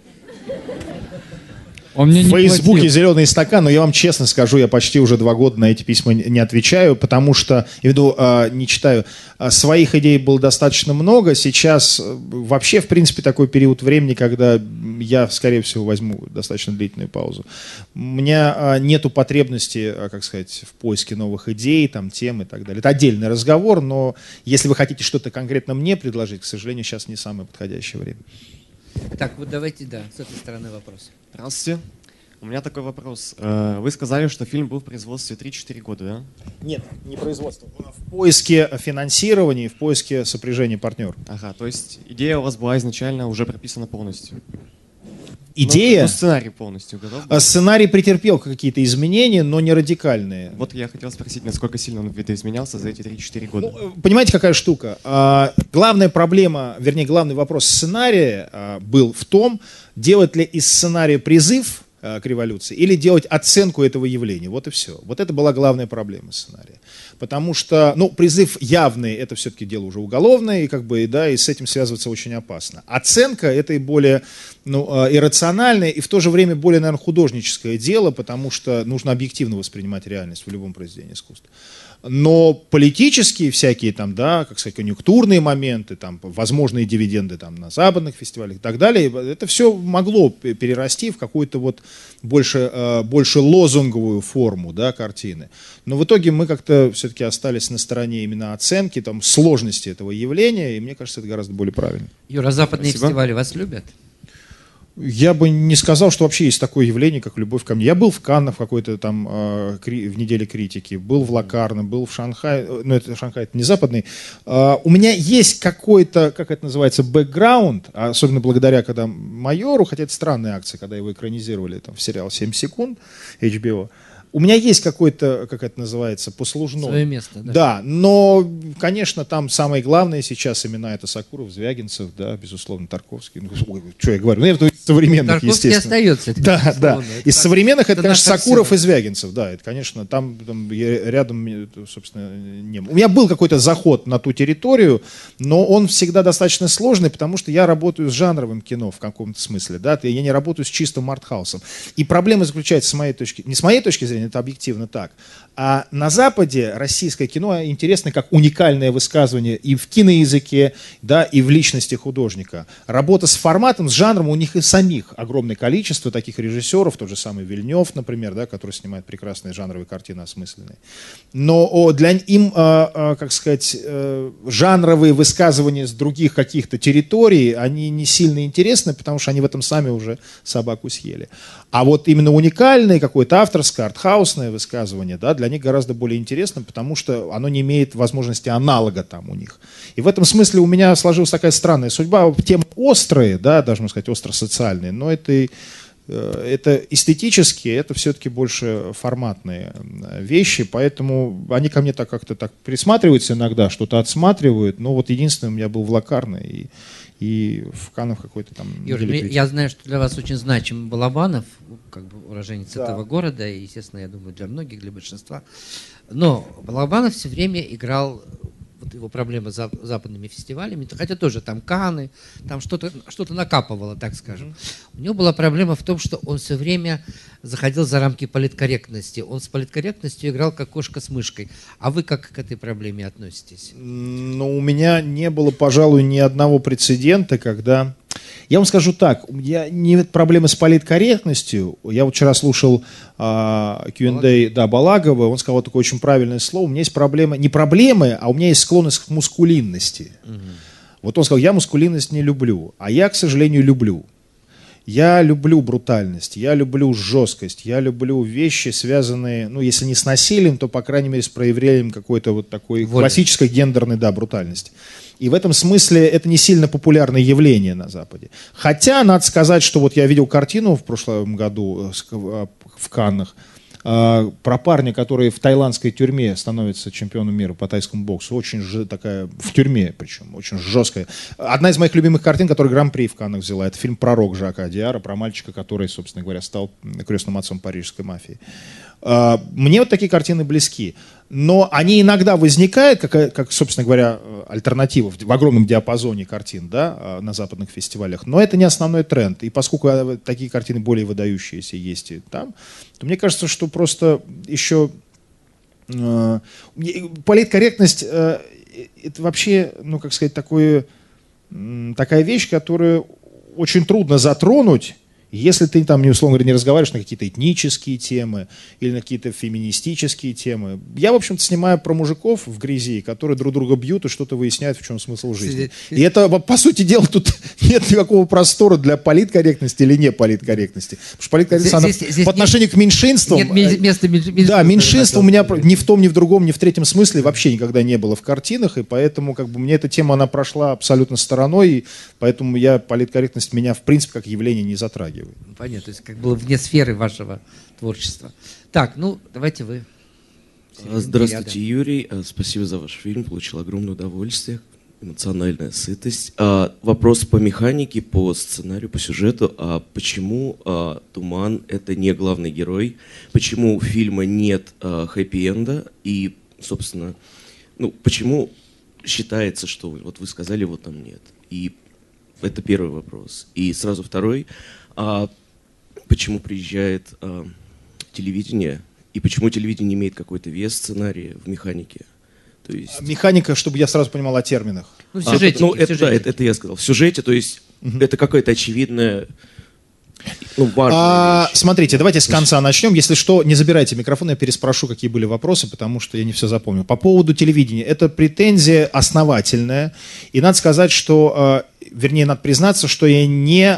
Он мне в Фейсбуке «Зеленый стакан», но я вам честно скажу, я почти уже два года на эти письма не отвечаю, потому что, я веду, э, не читаю, э, своих идей было достаточно много. Сейчас э, вообще, в принципе, такой период времени, когда я, скорее всего, возьму достаточно длительную паузу. У меня э, нету потребности, э, как сказать, в поиске новых идей, там, тем и так далее. Это отдельный разговор, но если вы хотите что-то конкретно мне предложить, к сожалению, сейчас не самое подходящее время. Так, вот давайте, да, с этой стороны вопрос. Здравствуйте. У меня такой вопрос. Вы сказали, что фильм был в производстве три-четыре года, да? Нет, не производство. В поиске финансирования и в поиске сопряжения партнеров. Ага, то есть идея у вас была изначально уже прописана полностью? Идея? Ну, ну, сценарий полностью готов был? Сценарий претерпел какие-то изменения, но не радикальные. Вот я хотел спросить, насколько сильно он видоизменялся за эти три-четыре года? Ну, понимаете, какая штука? А, главная проблема, вернее, главный вопрос сценария а, был в том, делать ли из сценария призыв а, к революции или делать оценку этого явления. Вот и все. Вот это была главная проблема сценария. Потому что, ну, призыв явный, это все-таки дело уже уголовное, и как бы, да, и с этим связываться очень опасно. Оценка — это и более, ну, иррациональное, и в то же время более, наверное, художническое дело, потому что нужно объективно воспринимать реальность в любом произведении искусства. Но политические всякие там, да, как сказать, конъюнктурные моменты, там, возможные дивиденды там, на западных фестивалях и так далее, это все могло перерасти в какую-то вот больше, больше лозунговую форму, да, картины. Но в итоге мы как-то все-таки остались на стороне именно оценки, там, сложности этого явления, и мне кажется, это гораздо более правильно. Юра, западные Спасибо. фестивали вас любят? Я бы не сказал, что вообще есть такое явление, как любовь ко мне. Я был в Каннах в какой-то там э, кри- в неделе критики, был в Локарно, был в Шанхае, ну это Шанхай, это не западный. Э, у меня есть какой-то, как это называется, бэкграунд, особенно благодаря когда «Майору», хотя это странная акция, когда его экранизировали там, в сериал «семь секунд» эйч би о. У меня есть какой-то, как это называется, послужной. Свое место, да? Да, но, конечно, там самое главное сейчас имена это Сакуров, Звягинцев, да, безусловно, Тарковский. Ну, ой, что я говорю? Ну, это из современных, Тарковский естественно. остается. Это да, да. Это из так, современных это, это конечно, наше Сакуров все. и Звягинцев, да, это, конечно, там, там рядом, собственно, не было. У меня был какой-то заход на ту территорию, но он всегда достаточно сложный, потому что я работаю с жанровым кино в каком-то смысле, да, я не работаю с чистым артхаусом. И проблема заключается с моей точки, не с моей точки зрения, это объективно так. А на Западе российское кино интересно как уникальное высказывание и в киноязыке, да, и в личности художника. Работа с форматом, с жанром у них и самих огромное количество таких режиссеров, тот же самый Вильнев, например, да, который снимает прекрасные жанровые картины осмысленные. Но о, для им, э, э, как сказать, э, жанровые высказывания с других каких-то территорий, они не сильно интересны, потому что они в этом сами уже собаку съели. А вот именно уникальное какое-то авторское, артхаусное высказывание, да, для них гораздо более интересно, потому что оно не имеет возможности аналога там у них. И в этом смысле у меня сложилась такая странная судьба. Тема острые, да, даже можно сказать, остро-социальные, но это, это эстетические, это все-таки больше форматные вещи, поэтому они ко мне так как-то так присматриваются иногда, что-то отсматривают, но вот единственное, у меня был в Локарно и, и в Каннах какой-то там... Юрий, я знаю, что для вас очень значим Балабанов, как бы уроженец да. этого города, и, естественно, я думаю, для многих, для большинства. Но Балабанов все время играл, вот его проблема с западными фестивалями, хотя тоже там Канны, там что-то что-то накапывало, так скажем. Mm-hmm. У него была проблема в том, что он все время заходил за рамки политкорректности. Он с политкорректностью играл как кошка с мышкой. А вы как к этой проблеме относитесь? Ну, у меня не было, пожалуй, ни одного прецедента, когда... Я вам скажу так, у меня нет проблемы с политкорректностью. Я вот вчера слушал а, кью энд эй да, Балагова, он сказал такое очень правильное слово. У меня есть проблема, не проблемы, а у меня есть склонность к мускулинности. Угу. Вот он сказал, я мускулинность не люблю, а я, к сожалению, люблю. Я люблю брутальность, я люблю жесткость, я люблю вещи, связанные, ну, если не с насилием, то, по крайней мере, с проявлением какой-то вот такой Воля. классической гендерной, да, брутальности. И в этом смысле это не сильно популярное явление на Западе. Хотя, надо сказать, что вот я видел картину в прошлом году в Каннах про парня, который в таиландской тюрьме становится чемпионом мира по тайскому боксу. Очень же такая, в тюрьме причем, очень жесткая. Одна из моих любимых картин, которую Гран-при в Каннах взяла, это фильм «Пророк» Жака Адиара, про мальчика, который, собственно говоря, стал крестным отцом парижской мафии. Мне вот такие картины близки. Но они иногда возникают, как, как, собственно говоря, альтернатива в, в огромном диапазоне картин, да, на западных фестивалях. Но это не основной тренд. И поскольку такие картины более выдающиеся есть и там, то мне кажется, что просто еще э, политкорректность э, это вообще, ну, как сказать, такое, э, такая вещь, которую очень трудно затронуть, если ты там, условно говоря, не разговариваешь на какие-то этнические темы или на какие-то феминистические темы. Я, в общем-то, снимаю про мужиков в грязи, которые друг друга бьют и что-то выясняют, в чем смысл жизни. И это, по сути дела, тут нет никакого простора для политкорректности или не политкорректности. Потому что политкорректность, здесь, она здесь по отношению нет, к меньшинствам... Нет места меньшинства. Да, меньшинство у меня ни в том, ни в другом, ни в третьем смысле вообще никогда не было в картинах, и поэтому как бы мне эта тема, она прошла абсолютно стороной, и поэтому я, политкорректность меня, в принципе, как явление не затрагивает. Понятно, то есть как было вне сферы вашего творчества. Так, ну, давайте вы. Здравствуйте, Юрий. Спасибо за ваш фильм. Получил огромное удовольствие, эмоциональная сытость. Вопрос по механике, по сценарию, по сюжету. А почему Туман — это не главный герой? Почему у фильма нет хэппи-энда? И, собственно, ну, почему считается, что вот вы сказали, вот там нет? И это первый вопрос. И сразу второй. А почему приезжает а, телевидение, и почему телевидение имеет какой-то вес сценария в механике? То есть... Механика, чтобы я сразу понимал о терминах. Ну, в сюжете. А, ну, это, сюжете. Да, это, это я сказал. В сюжете, то есть угу. это какая-то очевидная, ну, важная а, вещь. Смотрите, давайте с конца начнем. Если что, не забирайте микрофон, я переспрошу, какие были вопросы, потому что я не все запомнил. По поводу телевидения. Это претензия основательная. И надо сказать, что, вернее, надо признаться, что я не...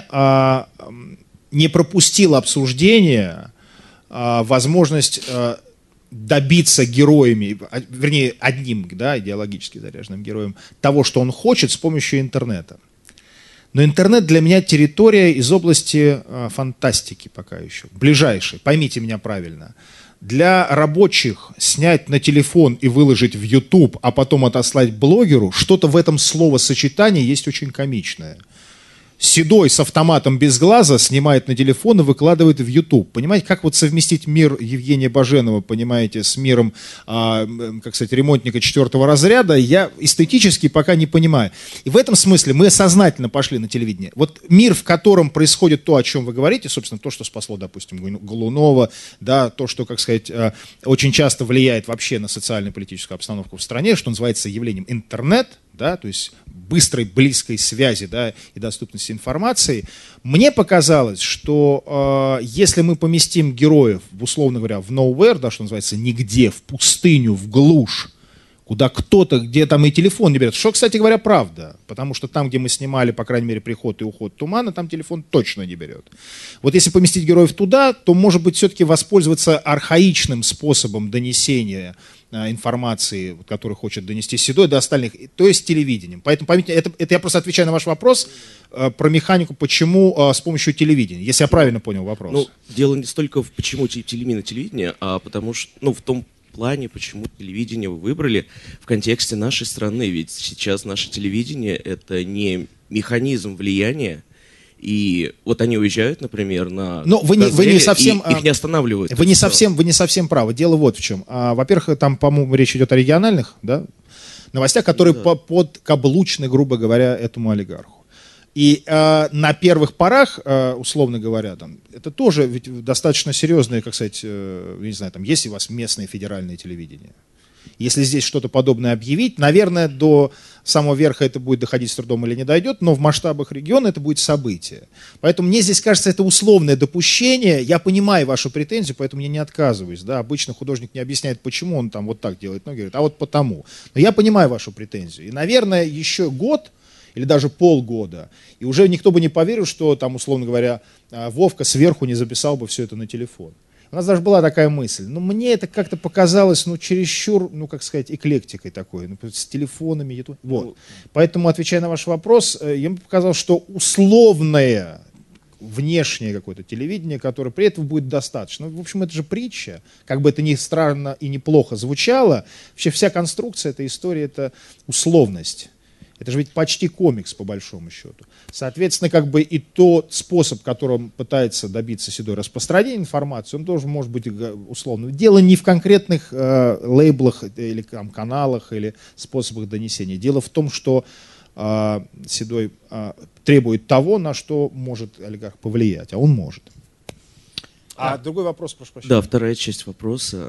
не пропустил обсуждение, а, возможность а, добиться героями, а, вернее, одним, да, идеологически заряженным героем, того, что он хочет с помощью интернета. Но интернет для меня территория из области а, фантастики пока еще, ближайшей, поймите меня правильно. Для рабочих снять на телефон и выложить в YouTube, а потом отослать блогеру, что-то в этом словосочетании есть очень комичное. Седой с автоматом без глаза снимает на телефон и выкладывает в YouTube. Понимаете, как вот совместить мир Евгения Баженова, понимаете, с миром, а, как сказать, ремонтника четвертого разряда, я эстетически пока не понимаю. И в этом смысле мы сознательно пошли на телевидение. Вот мир, в котором происходит то, о чем вы говорите, собственно, то, что спасло, допустим, Голунова, да, то, что, как сказать, очень часто влияет вообще на социально-политическую обстановку в стране, что называется явлением интернет, да, то есть быстрой, близкой связи, да, и доступности информации, мне показалось, что э, если мы поместим героев, условно говоря, в nowhere, да, что называется, нигде, в пустыню, в глушь, куда кто-то, где там и телефон не берет. Что, кстати говоря, правда. Потому что там, где мы снимали, по крайней мере, приход и уход тумана, там телефон точно не берет. Вот если поместить героев туда, то, может быть, все-таки воспользоваться архаичным способом донесения а, информации, который хочет донести Седой до остальных, то есть телевидением. Поэтому, поймите, это, это я просто отвечаю на ваш вопрос а, про механику, почему а, с помощью телевидения, если я правильно понял вопрос. Ну, дело не столько в почему телевидение, телевидение, а потому что, ну, в том плане, почему телевидение вы выбрали в контексте нашей страны. Ведь сейчас наше телевидение — это не механизм влияния. И вот они уезжают, например, на Но вы не, вы не совсем, и их не останавливают. Вы не, совсем, вы не совсем правы. Дело вот в чем. А, во-первых, там, по-моему, речь идет о региональных, да, новостях, которые да. по, подкаблучны, грубо говоря, этому олигарху. И э, на первых порах, э, условно говоря, там, это тоже ведь достаточно серьезные, как сказать, э, не знаю, там, есть у вас местное федеральное телевидение. Если здесь что-то подобное объявить, наверное, до самого верха это будет доходить с трудом или не дойдет, но в масштабах региона это будет событие. Поэтому мне здесь кажется, это условное допущение. Я понимаю вашу претензию, поэтому я не отказываюсь. Да? Обычно художник не объясняет, почему он там вот так делает, но говорит, а вот потому. Но я понимаю вашу претензию. И, наверное, еще год или даже полгода, и уже никто бы не поверил, что там, условно говоря, Вовка сверху не записал бы все это на телефон. У нас даже была такая мысль, но мне это как-то показалось, ну, чересчур, ну, как сказать, эклектикой такой, ну, с телефонами, YouTube. Вот. Поэтому, отвечая на ваш вопрос, я мне показалось, что условное внешнее какое-то телевидение, которое при этом будет достаточно. Ну, в общем, это же притча, как бы это ни странно и неплохо звучало, вообще вся конструкция этой истории — это условность. Это же ведь почти комикс, по большому счету. Соответственно, как бы и тот способ, которым пытается добиться Седой распространения информации, он тоже может быть условным. Дело не в конкретных э, лейблах или там, каналах или способах донесения. Дело в том, что э, Седой э, требует того, на что может олигарх повлиять, а он может. А, а другой вопрос, прошу прощения. Да, вторая часть вопроса.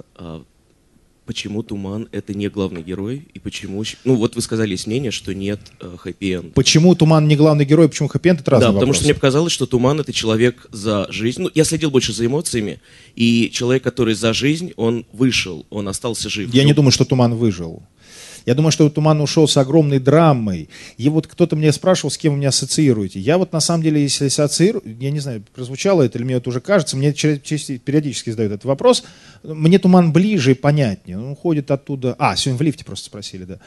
Почему Туман — это не главный герой, и почему... Ну, вот вы сказали, есть мнение, что нет э, хэппи-энда. Почему Туман не главный герой, почему хэппи-энд — это разные Да, потому вопросы. что мне показалось, что Туман — это человек за жизнь. Ну, я следил больше за эмоциями, и человек, который за жизнь, он вышел, он остался жив. Я ну, не думаю, что Туман выжил. Я думаю, что Туман ушел с огромной драмой. И вот кто-то меня спрашивал, с кем вы меня ассоциируете. Я вот на самом деле, если ассоциирую, я не знаю, прозвучало это или мне это уже кажется, мне периодически задают этот вопрос. Мне Туман ближе и понятнее. Он уходит оттуда... А, сегодня в лифте просто спросили, да.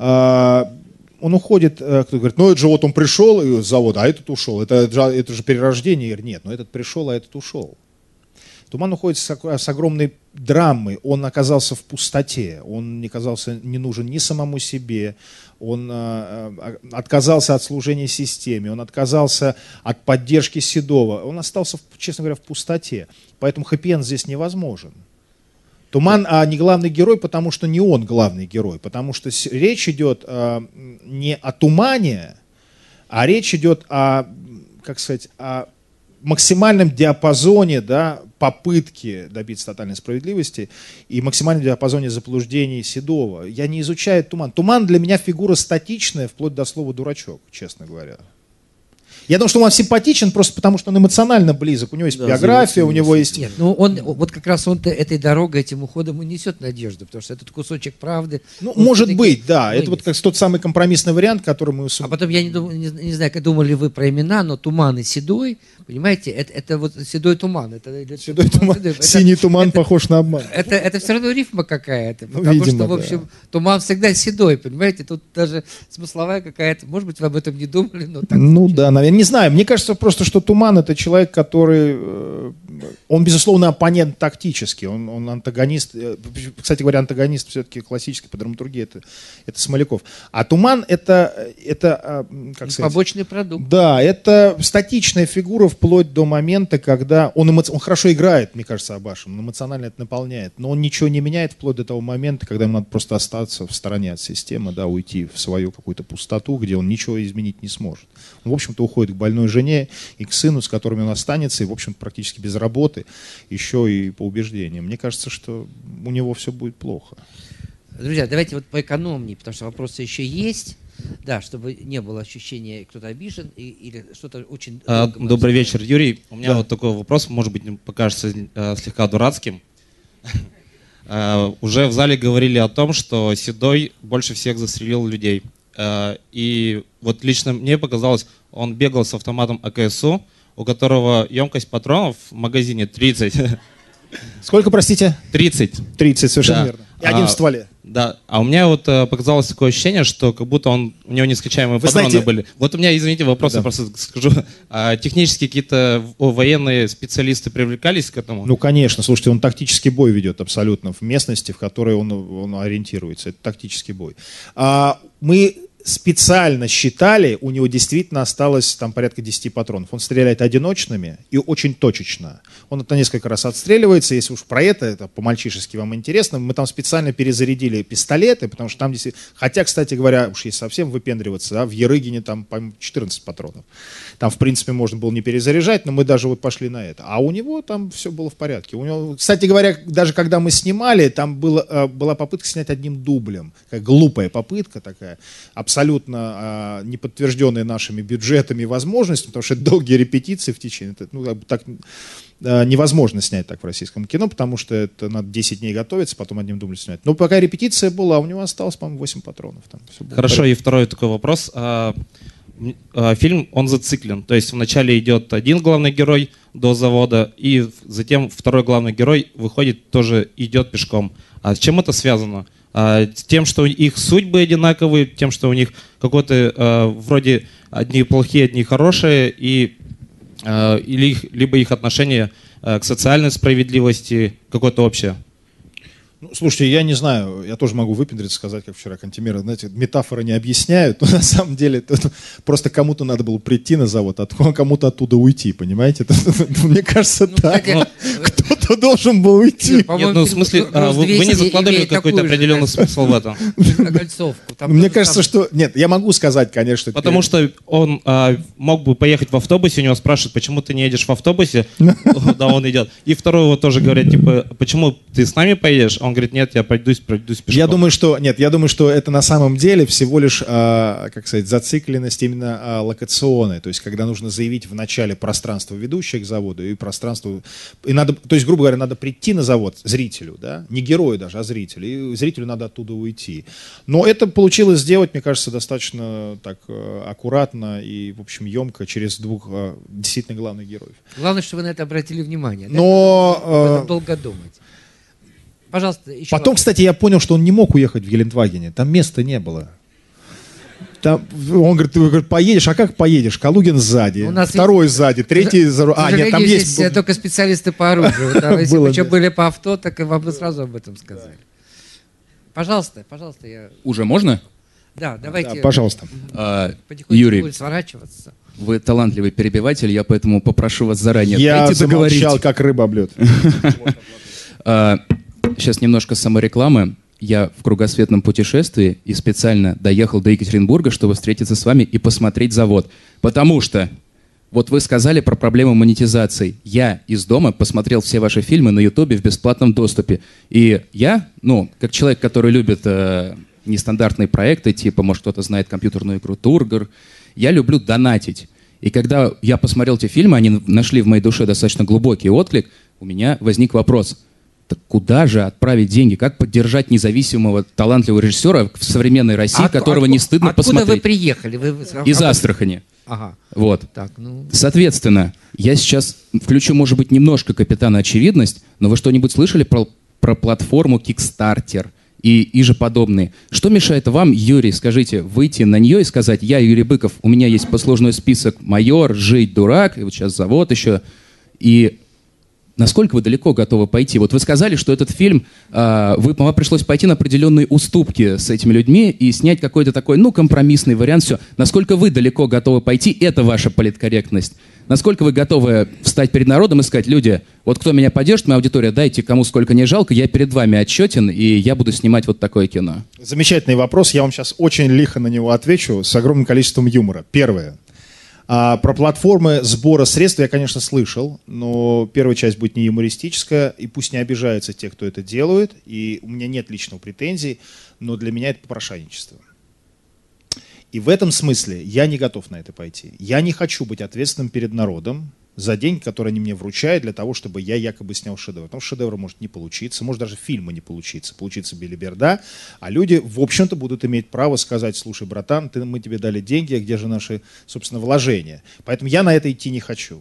А, он уходит, кто-то говорит, ну это же вот он пришел с завода, а этот ушел. Это, это же перерождение. Я говорю, нет, ну этот пришел, а этот ушел. Туман уходит с, с огромной драмой, он оказался в пустоте, он не оказался не нужен ни самому себе, он э, отказался от служения системе, он отказался от поддержки Седова, он остался, честно говоря, в пустоте. Поэтому хэппи-энд здесь невозможен. Туман а, не главный герой, потому что не он главный герой, потому что с, речь идет э, не о тумане, а речь идет о, как сказать, о максимальном диапазоне, да, попытки добиться тотальной справедливости и максимальном диапазоне заблуждений Седова. Я не изучаю Туман. Туман для меня фигура статичная, вплоть до слова «дурачок», честно говоря. Я думаю, что он симпатичен просто потому, что он эмоционально близок. У него есть да, биография, у него есть... Нет, ну он, вот как раз он этой дорогой, этим уходом и несет надежду, потому что этот кусочек правды... Ну, может быть, да. Вынес. Это вот как тот самый компромиссный вариант, который мы... А потом, я не, дум, не, не знаю, как думали вы про имена, но Туман и Седой, понимаете, это, это вот Седой Туман. Это, седой туман, седой. Синий это, туман это, похож на обман. Это, это все равно рифма какая-то, ну, потому видимо, что, в общем, да. Туман всегда седой, понимаете, тут даже смысловая какая-то... Может быть, вы об этом не думали, но так... Ну случилось. Да, наверное, не знаю. Мне кажется, просто, что Туман — это человек, который, он, безусловно, оппонент тактически, он, он антагонист, кстати говоря, антагонист все-таки классический по драматургии, это, это Смоляков. А Туман — это, это как сказать, побочный продукт. Да, это статичная фигура вплоть до момента, когда он, эмо... он хорошо играет, мне кажется, Абашин, он эмоционально это наполняет, но он ничего не меняет вплоть до того момента, когда ему надо просто остаться в стороне от системы, да, уйти в свою какую-то пустоту, где он ничего изменить не сможет. Он, в общем-то, уходит к больной жене и к сыну, с которыми он останется, и, в общем-то, практически без работы, еще и по убеждениям. Мне кажется, что у него все будет плохо. Друзья, давайте вот поэкономнее, потому что вопросы еще есть. Да, чтобы не было ощущения, кто-то обижен и, или что-то очень... А, добрый вечер, Юрий. У меня да. вот такой вопрос, может быть, покажется э, слегка дурацким. Э, уже в зале говорили о том, что Седой больше всех застрелил людей. Э, и вот лично мне показалось, он бегал с автоматом А К С У, у которого емкость патронов в магазине тридцать. Сколько, простите? тридцать. тридцать, совершенно Да. верно. И один А, в стволе. Да. А у меня вот э, показалось такое ощущение, что как будто он, у него нескончаемые Вы патроны знаете- были. Вот у меня, извините, вопрос, Да. я просто скажу. А технически какие-то в- военные специалисты привлекались к этому? Ну, конечно. Слушайте, он тактический бой ведет абсолютно в местности, в которой он, он ориентируется. Это тактический бой. А, мы специально считали, у него действительно осталось там порядка десяти патронов. Он стреляет одиночными и очень точечно. Он это несколько раз отстреливается. Если уж про это, это по-мальчишески вам интересно, мы там специально перезарядили пистолеты, потому что там действительно... Хотя, кстати говоря, уж если совсем выпендриваться, да, в Ерыгине там, по-моему, четырнадцать патронов. Там, в принципе, можно было не перезаряжать, но мы даже вот пошли на это. А у него там все было в порядке. У него, кстати говоря, даже когда мы снимали, там было, э, была попытка снять одним дублем. Такая глупая попытка такая, абсолютно э, не подтвержденная нашими бюджетами и возможностями, потому что это долгие репетиции в течение... это, ну, как бы так э, невозможно снять так в российском кино, потому что это надо десять дней готовиться, потом одним дублем снять. Но пока репетиция была, у него осталось, по-моему, восемь патронов. Там всё было в Хорошо, порядке. и второй такой вопрос. А, м, а, Фильм, он зациклен. То есть вначале идет один главный герой до завода, и в- затем второй главный герой выходит, тоже идет пешком. А с чем это связано? А, с тем, что их судьбы одинаковые, тем, что у них какой-то а, вроде одни плохие, одни хорошие, и, а, или их, либо их отношение а, к социальной справедливости какое-то общее? Ну, слушайте, я не знаю, я тоже могу выпендриться, сказать, как вчера Кантемира, знаете, метафоры не объясняют, но на самом деле это просто кому-то надо было прийти на завод, а кому-то оттуда уйти, понимаете? Это, мне кажется, так. Кто-то должен был уйти. Нет, ну в смысле, а, вы, вы не закладывали какой-то определенный смысл в этом? Мне кажется, что... Нет, я могу сказать, конечно. Потому что он а, мог бы поехать в автобусе, у него спрашивают, почему ты не едешь в автобусе? Да, он идет. И второго тоже говорят, типа, почему ты с нами поедешь? Он говорит, нет, я пройдусь, пройдусь пешком. Я думаю, что нет, я думаю, что это на самом деле всего лишь, а, как сказать, зацикленность именно а, локационная, то есть когда нужно заявить в начале пространство ведущее к заводу и пространство, и надо, то есть грубо говоря, надо прийти на завод зрителю, да, не герою даже, а зрителю, и зрителю надо оттуда уйти. Но это получилось сделать, мне кажется, достаточно так а, аккуратно и, в общем, емко через двух а, действительно главных героев. Главное, что вы на это обратили внимание. Да? Но Об этом э, долго думать. Пожалуйста, еще Потом, вопрос. кстати, я понял, что он не мог уехать в Гелендвагене. Там места не было. Там, он говорит, ты говорит, поедешь, а как поедешь? Калугин сзади, У нас второй есть- сзади, третий за рулем. К А, нет, там сожалению, есть... здесь э, только специалисты по оружию. Вот, а если Было бы еще место. были по авто, так и вам бы сразу об этом сказали. Пожалуйста, пожалуйста, я... Уже можно? Да, давайте. Да, пожалуйста. А, Потихоньку Юрий, будем сворачиваться. вы талантливый перебиватель, я поэтому попрошу вас заранее. Я дайте договорить. замолчал, как рыба об лед. А, Сейчас немножко саморекламы. Я в кругосветном путешествии и специально доехал до Екатеринбурга, чтобы встретиться с вами и посмотреть завод. Потому что, вот вы сказали про проблему монетизации. Я из дома посмотрел все ваши фильмы на Ютубе в бесплатном доступе. И я, ну, как человек, который любит э, нестандартные проекты, типа, может, кто-то знает компьютерную игру Тургор, я люблю донатить. И когда я посмотрел эти фильмы, они нашли в моей душе достаточно глубокий отклик, у меня возник вопрос. Так куда же отправить деньги? Как поддержать независимого, талантливого режиссера в современной России, А которого отку- не стыдно откуда посмотреть? вы приехали? Вы- вы- Из а- Астрахани. Ага. Вот. Так, ну... Соответственно, я сейчас включу, может быть, немножко «Капитана Очевидность», но вы что-нибудь слышали про, про платформу Kickstarter и, и же подобные? Что мешает вам, Юрий, скажите, выйти на нее и сказать, я, Юрий Быков, у меня есть послужной список «Майор», «Жить, дурак», и вот сейчас «Завод» еще, и... Насколько вы далеко готовы пойти? Вот вы сказали, что этот фильм, э, вы, вам пришлось пойти на определенные уступки с этими людьми и снять какой-то такой, ну, компромиссный вариант, все. Насколько вы далеко готовы пойти, это ваша политкорректность. Насколько вы готовы встать перед народом и сказать, люди, вот кто меня поддержит, моя аудитория, дайте кому сколько не жалко, я перед вами отчетен, и я буду снимать вот такое кино. Замечательный вопрос, я вам сейчас очень лихо на него отвечу с огромным количеством юмора. Первое. А, про платформы сбора средств я, конечно, слышал, но первая часть будет не юмористическая, и пусть не обижаются те, кто это делает, и у меня нет личного претензий, но для меня это попрошайничество. И в этом смысле я не готов на это пойти. Я не хочу быть ответственным перед народом за деньги, которые они мне вручают для того, чтобы я якобы снял шедевр. Потому что шедевр может не получиться, может даже фильма не получиться, получится белиберда, а люди, в общем-то, будут иметь право сказать: слушай, братан, ты, мы тебе дали деньги, а где же наши, собственно, вложения? Поэтому я на это идти не хочу.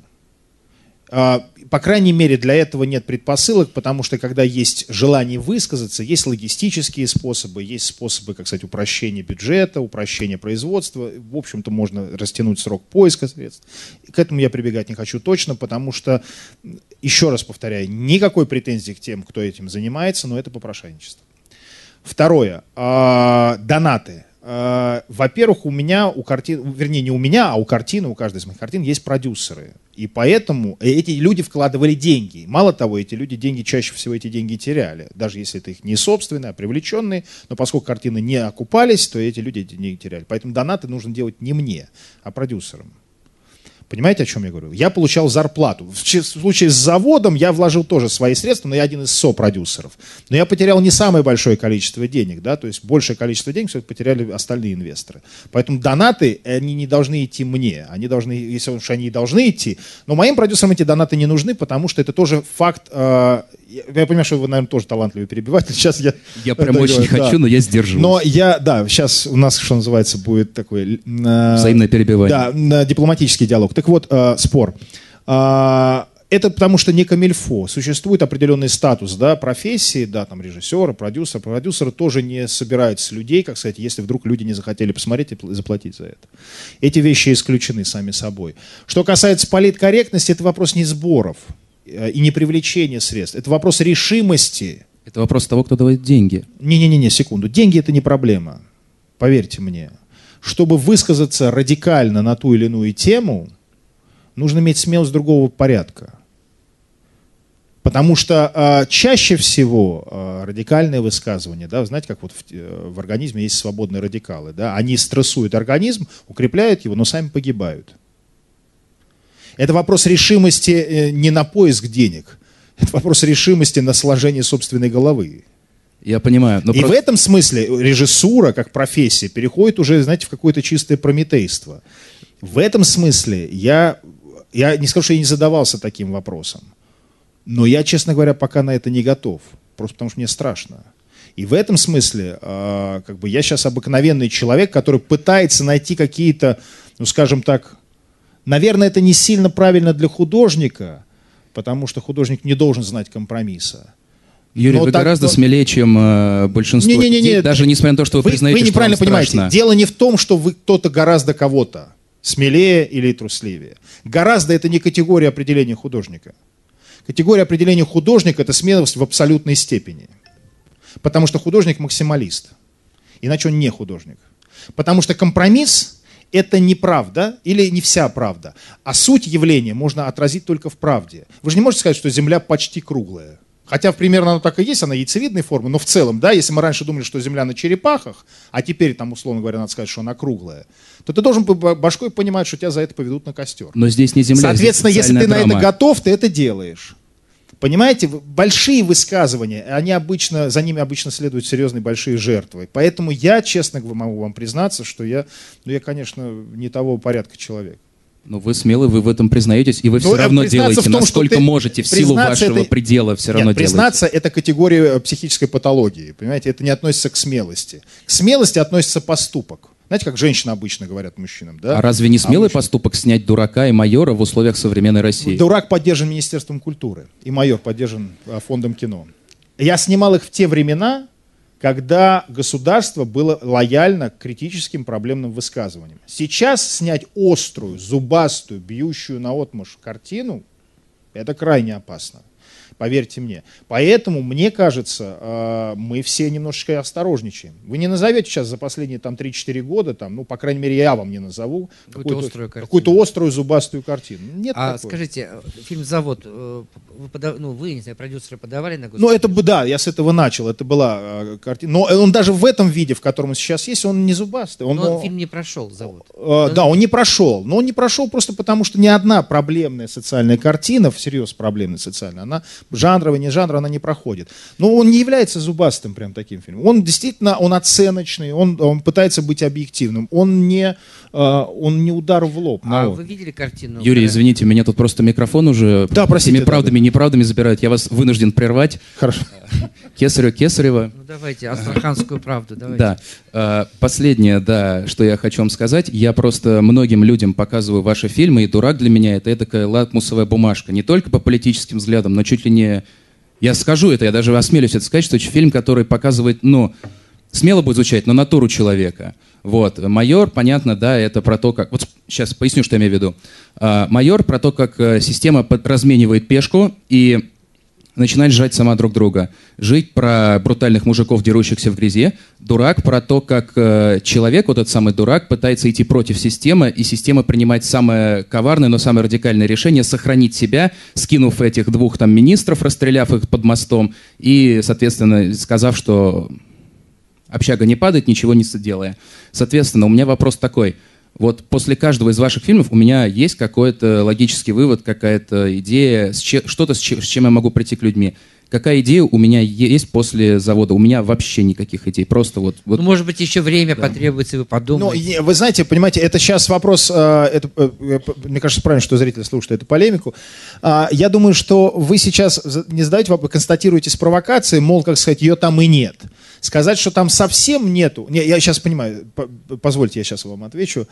По крайней мере, для этого нет предпосылок, потому что когда есть желание высказаться, есть логистические способы, есть способы, как сказать, упрощения бюджета, упрощения производства. В общем-то, можно растянуть срок поиска средств. К этому я прибегать не хочу точно, потому что, еще раз повторяю, никакой претензии к тем, кто этим занимается, но это попрошайничество. Второе. Донаты. Во-первых, у меня, у картин, вернее, не у меня, а у картины, у каждой из моих картин есть продюсеры. И поэтому эти люди вкладывали деньги. Мало того, эти люди деньги, чаще всего эти деньги теряли. Даже если это их не собственные, а привлеченные. Но поскольку картины не окупались, то эти люди эти деньги теряли. Поэтому донаты нужно делать не мне, а продюсерам. Понимаете, о чем я говорю? Я получал зарплату. В случае с заводом я вложил тоже свои средства, но я один из сопродюсеров. Но я потерял не самое большое количество денег, да, то есть большее количество денег все-таки потеряли остальные инвесторы. Поэтому донаты, они не должны идти мне. Они должны, если уж они и должны идти, но моим продюсерам эти донаты не нужны, потому что это тоже факт. Э, я понимаю, что вы, наверное, тоже талантливый перебиватель. Сейчас я... Я прям очень говорю, хочу, да. но я сдерживаюсь. Но я, да, сейчас у нас, что называется, будет такой... Э, взаимное перебивание. Да, дипломатический диалог. Так вот, э, спор. Э, это потому что не камильфо. Существует определенный статус, да, профессии, да, там режиссера, продюсера. Продюсеры тоже не собирают с людей, как сказать, если вдруг люди не захотели посмотреть и заплатить за это. Эти вещи исключены сами собой. Что касается политкорректности, это вопрос не сборов и не привлечения средств. Это вопрос решимости. Это вопрос того, кто давает деньги. Не-не-не, секунду. Деньги — это не проблема. Поверьте мне. Чтобы высказаться радикально на ту или иную тему, нужно иметь смелость другого порядка. Потому что э, чаще всего э, радикальные высказывания, да, знаете, как вот в, э, в организме есть свободные радикалы, да, они стрессуют организм, укрепляют его, но сами погибают. Это вопрос решимости э, не на поиск денег, это вопрос решимости на сложение собственной головы. Я понимаю. Но И про... в этом смысле режиссура, как профессия, переходит уже, знаете, в какое-то чистое прометейство. В этом смысле я, я не скажу, что я не задавался таким вопросом, но я, честно говоря, пока на это не готов, просто потому что мне страшно. И в этом смысле э, как бы я сейчас обыкновенный человек, который пытается найти какие-то, ну скажем так, наверное, это не сильно правильно для художника, потому что художник не должен знать компромисса. Юрий, Но вы так, гораздо но... смелее, чем э, большинство не, не, не, людей, не, даже несмотря на то, что вы, вы признаете, вы неправильно что вам понимаете. страшно. Дело не в том, что вы кто-то гораздо кого-то смелее или трусливее. Гораздо — это не категория определения художника. Категория определения художника — это смелость в абсолютной степени. Потому что художник максималист. Иначе он не художник. Потому что компромисс — это не правда или не вся правда. А суть явления можно отразить только в правде. Вы же не можете сказать, что Земля почти круглая. Хотя примерно она так и есть, она яйцевидной формы, но в целом, да, если мы раньше думали, что Земля на черепахах, а теперь, там, условно говоря, надо сказать, что она круглая, то ты должен башкой понимать, что тебя за это поведут на костер. Но здесь не Земля. Соответственно, здесь если ты драма. на это готов, ты это делаешь. Понимаете, большие высказывания, они обычно, за ними обычно следуют серьезные большие жертвы. Поэтому я, честно могу вам признаться, что я, ну, я, конечно, не того порядка человек. Но вы смелый, вы в этом признаетесь, и вы Но все равно делаете, том, насколько ты, можете, в силу вашего это... предела все равно Нет, признаться, делаете. это категория психической патологии, понимаете, это не относится к смелости. К смелости относится поступок. Знаете, как женщины обычно говорят мужчинам, да? А разве не смелый а поступок снять дурака и майора в условиях современной России? Дурак поддержан Министерством культуры, и майор поддержан Фондом кино. Я снимал их в те времена, когда государство было лояльно к критическим проблемным высказываниям. Сейчас снять острую, зубастую, бьющую наотмашь картину — это крайне опасно. Поверьте мне. Поэтому, мне кажется, мы все немножечко осторожничаем. Вы не назовете сейчас за последние там, три-четыре года, там, ну, по крайней мере, я вам не назову, какую-то, острую, какую-то острую зубастую картину. Нет а такой. Скажите, фильм «Завод», вы, подав... ну, вы, не знаю, продюсеры подавали на государство? Ну, это бы, да, я с этого начал, это была э, картина. Но он даже в этом виде, в котором он сейчас есть, он не зубастый. Он, но он, он, фильм не прошел, «Завод». Э, он... Да, он не прошел. Но он не прошел просто потому, что ни одна проблемная социальная картина, всерьез проблемная социальная, она жанровая, не жанровая, она не проходит. Но он не является зубастым прям таким фильмом. Он действительно, он оценочный, он, он пытается быть объективным. Он не, э, он не удар в лоб. А но... вы видели картину? Юрий, извините, меня тут просто микрофон уже да, простите, всеми правдами да, и неправдами забирают. Я вас вынужден прервать. Хорошо. Кесарева, Кесарева. Ну давайте, астраханскую правду, давайте. Да. А, последнее, да, что я хочу вам сказать. Я просто многим людям показываю ваши фильмы, и «Дурак» для меня — это такая лакмусовая бумажка. Не только по политическим взглядам, но чуть ли не... Я скажу это, я даже осмелюсь это сказать, что это фильм, который показывает, ну, смело будет звучать, но натуру человека. Вот. «Майор», понятно, да, это про то, как... Вот сейчас поясню, что я имею в виду. А, «Майор» про то, как система разменивает пешку и начинать жрать сама друг друга. «Жить» про брутальных мужиков, дерущихся в грязи. «Дурак» про то, как э, человек, вот этот самый дурак, пытается идти против системы, и система принимает самое коварное, но самое радикальное решение — сохранить себя, скинув этих двух там министров, расстреляв их под мостом, и, соответственно, сказав, что общага не падает, ничего не делая. Соответственно, у меня вопрос такой. Вот после каждого из ваших фильмов у меня есть какой-то логический вывод, какая-то идея, что-то, с чем я могу прийти к людьми. Какая идея у меня есть после завода? У меня вообще никаких идей. Просто вот... вот... Ну, может быть, еще время да. потребуется, вы подумаете. Ну, вы знаете, понимаете, это сейчас вопрос, это, мне кажется, правильно, что зрители слушают эту полемику. Я думаю, что вы сейчас не задаете вопрос, констатируете с провокацией, мол, как сказать, ее там и нет. Сказать, что там совсем нету, не, я сейчас понимаю, позвольте, я сейчас вам отвечу.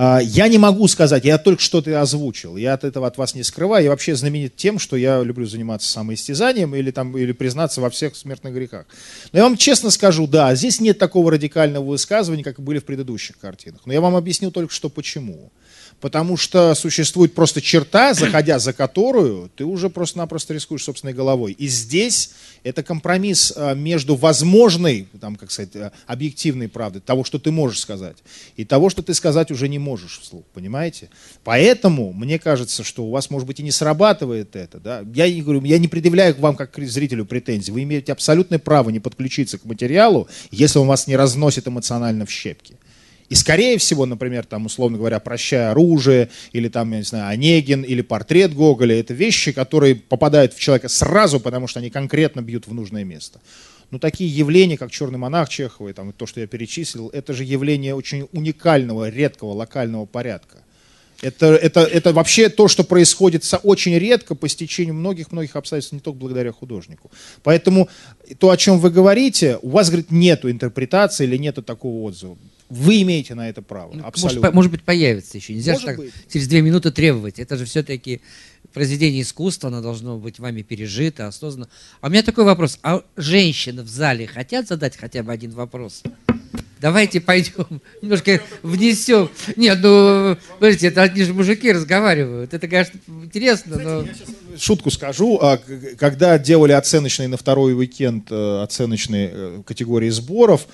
Я не могу сказать, я только что-то озвучил, я от этого от вас не скрываю, я вообще знаменит тем, что я люблю заниматься самоистязанием или, там, или признаться во всех смертных грехах. Но я вам честно скажу, да, здесь нет такого радикального высказывания, как были в предыдущих картинах. Но я вам объясню только что почему. Потому что существует просто черта, заходя за которую ты уже просто-напросто рискуешь собственной головой. И здесь это компромисс между возможной, там, как сказать, объективной правдой, того, что ты можешь сказать, и того, что ты сказать уже не можешь вслух, понимаете? Поэтому мне кажется, что у вас, может быть, и не срабатывает это. Да? Я не говорю, я не предъявляю к вам, как к зрителю, претензий. Вы имеете абсолютное право не подключиться к материалу, если он вас не разносит эмоционально в щепки. И скорее всего, например, там, условно говоря, «Прощай оружие», или там, я не знаю, «Онегин», или «Портрет Гоголя» — это вещи, которые попадают в человека сразу, потому что они конкретно бьют в нужное место. Но такие явления, как «Черный монах» Чехова, и там, то, что я перечислил, это же явление очень уникального, редкого, локального порядка. Это, это, это вообще то, что происходит очень редко по стечению многих-многих обстоятельств, не только благодаря художнику. Поэтому то, о чем вы говорите, у вас, говорит, нету интерпретации или нету такого отзыва. Вы имеете на это право. Ну, абсолютно. Может, может быть, появится еще. Нельзя может же так быть. через две минуты требовать. Это же все-таки произведение искусства, оно должно быть вами пережито, осознанно. А у меня такой вопрос. А женщины в зале хотят задать хотя бы один вопрос? Давайте пойдем, немножко внесем. Нет, ну, смотрите, это одни же мужики разговаривают. Это, конечно, интересно, но... Шутку скажу. Когда делали оценочные на второй уикенд, оценочные категории сборов,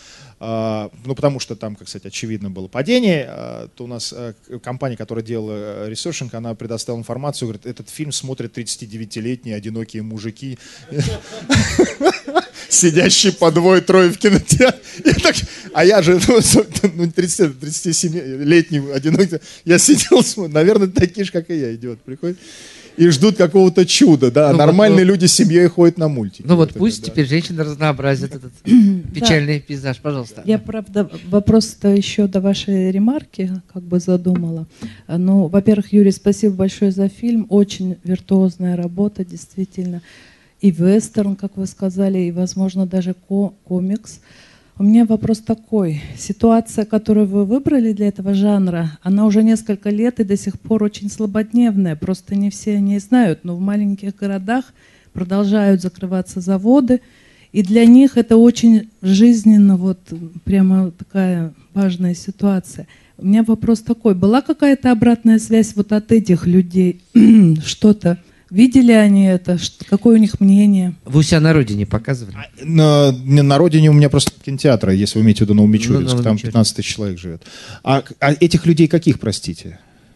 ну, потому что там, как сказать, очевидно было падение, то у нас компания, которая делала ресершинг, она предоставила информацию, говорит, этот фильм смотрят тридцатидевятилетние одинокие мужики, сидящие по двое-трое в кинотеатре. А я же ну, тридцатисемилетний одинокий, я сидел, наверное, такие же, как и я, идиот, приходит. И ждут какого-то чуда, да. Ну, нормальные вот, люди с семьей ходят на мультики. Ну вот это, пусть да. теперь женщины разнообразят этот печальный пейзаж, пожалуйста. Я, правда, вопрос-то еще до вашей ремарки как бы задумала. Ну, во-первых, Юрий, спасибо большое за фильм. Очень виртуозная работа, действительно. И вестерн, как вы сказали, и, возможно, даже ко- комикс. У меня вопрос такой. Ситуация, которую вы выбрали для этого жанра, она уже несколько лет и до сих пор очень слабодневная. Просто не все о ней знают. Но в маленьких городах продолжают закрываться заводы. И для них это очень жизненно, вот прямо такая важная ситуация. У меня вопрос такой. Была какая-то обратная связь вот от этих людей? Что-то? Видели они это? Какое у них мнение? Вы у себя на родине показывали? На, на родине у меня просто кинотеатр, если вы имеете в виду Новомичуринск, ну, там пятнадцать тысяч человек живет. А, а этих людей каких, простите?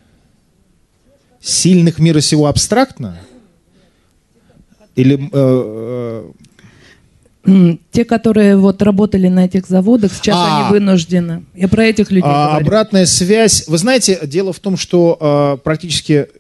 Сильных мира сего абстрактно? Или... Э, э... Те, которые вот работали на этих заводах, сейчас а, они вынуждены. Я про этих людей а, говорю. Обратная связь. Вы знаете, дело в том, что э, практически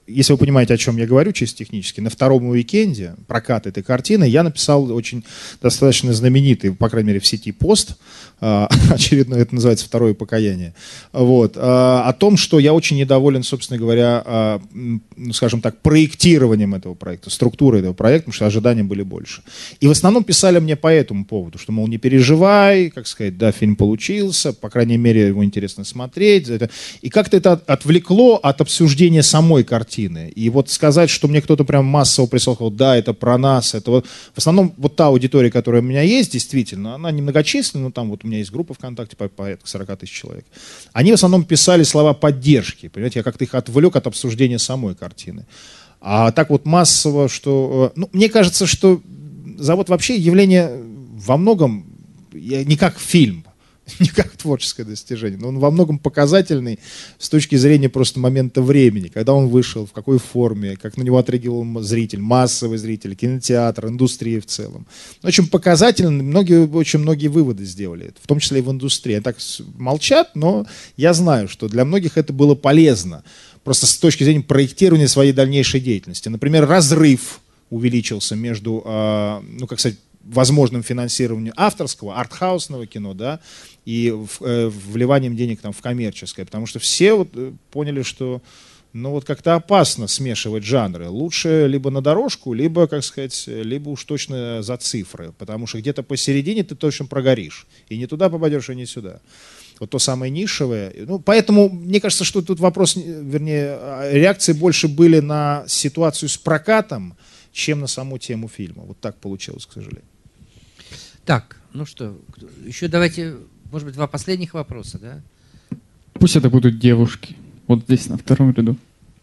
если вы понимаете, о чем я говорю, чисто технически, на втором уикенде проката этой картины я написал очень достаточно знаменитый, по крайней мере, в сети пост, очередно это называется «Второе покаяние», вот, о том, что я очень недоволен, собственно говоря, ну, скажем так, проектированием этого проекта, структурой этого проекта, потому что ожидания были больше. И в основном писали мне по этому поводу, что, мол, не переживай, как сказать, да, фильм получился, по крайней мере, его интересно смотреть. И как-то это отвлекло от обсуждения самой картины. И вот сказать, что мне кто-то прям массово прислал, да, это про нас, это вот... В основном вот та аудитория, которая у меня есть, действительно, она немногочисленна, но там вот у меня есть группа ВКонтакте, порядка сорок тысяч человек. Они в основном писали слова поддержки, понимаете, я как-то их отвлек от обсуждения самой картины. А так вот массово, что... Ну, мне кажется, что завод вообще явление во многом, не как фильм, не как творческое достижение, но он во многом показательный с точки зрения просто момента времени, когда он вышел, в какой форме, как на него отреагировал зритель, массовый зритель, кинотеатр, индустрия в целом. Очень показательно, многие, очень многие выводы сделали, в том числе и в индустрии. Они так молчат, но я знаю, что для многих это было полезно, просто с точки зрения проектирования своей дальнейшей деятельности. Например, разрыв увеличился между, ну, как сказать, возможным финансированием авторского, артхаусного кино, да, и в, э, вливанием денег там в коммерческое, потому что все вот поняли, что, ну, вот как-то опасно смешивать жанры. Лучше либо на дорожку, либо, как сказать, либо уж точно за цифры, потому что где-то посередине ты точно прогоришь. И не туда попадешь, и не сюда. Вот то самое нишевое. Ну, поэтому, мне кажется, что тут вопрос, вернее, реакции больше были на ситуацию с прокатом, чем на саму тему фильма. Вот так получилось, к сожалению. Так, ну что, еще давайте, может быть, два последних вопроса, да? Пусть это будут девушки. Вот здесь, на втором ряду.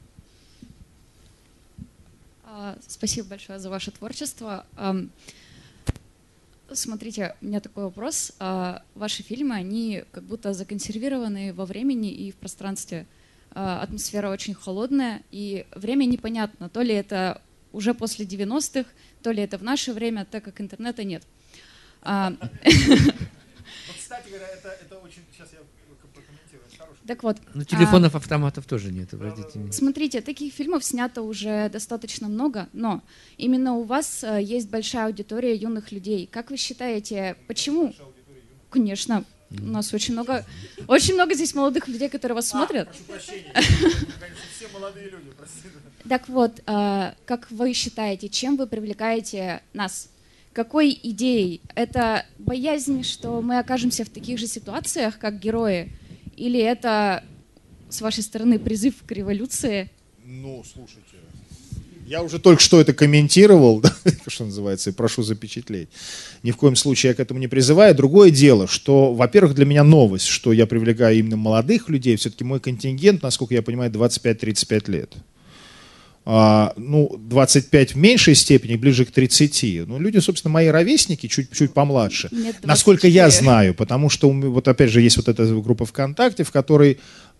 Спасибо большое за ваше творчество. Смотрите, у меня такой вопрос. Ваши фильмы, они как будто законсервированы во времени и в пространстве. Атмосфера очень холодная, и время непонятно, то ли это уже после девяностых, то ли это в наше время, так как интернета нет. А... Вот, кстати говоря, это, это очень... Сейчас я прокомментирую. Так вот. Ну, телефонов, а... автоматов тоже нет, обратите. Смотрите, таких фильмов снято уже достаточно много, но именно у вас есть большая аудитория юных людей. Как вы считаете, почему? Конечно, у нас очень много, очень много здесь молодых людей, которые вас а, смотрят. Прошу прощения. Конечно, все молодые люди, простите. Так вот, как вы считаете, чем вы привлекаете нас? Какой идеей? Это боязнь, что мы окажемся в таких же ситуациях, как герои? Или это, с вашей стороны, призыв к революции? Ну, слушайте, я уже только что это комментировал, да, что называется, и прошу запечатлеть. Ни в коем случае я к этому не призываю. Другое дело, что, во-первых, для меня новость, что я привлекаю именно молодых людей. Все-таки мой контингент, насколько я понимаю, двадцать пять - тридцать пять лет. А, ну, двадцать пять в меньшей степени, ближе к тридцати. Ну, люди, собственно, мои ровесники, чуть-чуть помладше. Насколько я знаю, потому что, вот опять же, есть вот эта группа ВКонтакте, в которой,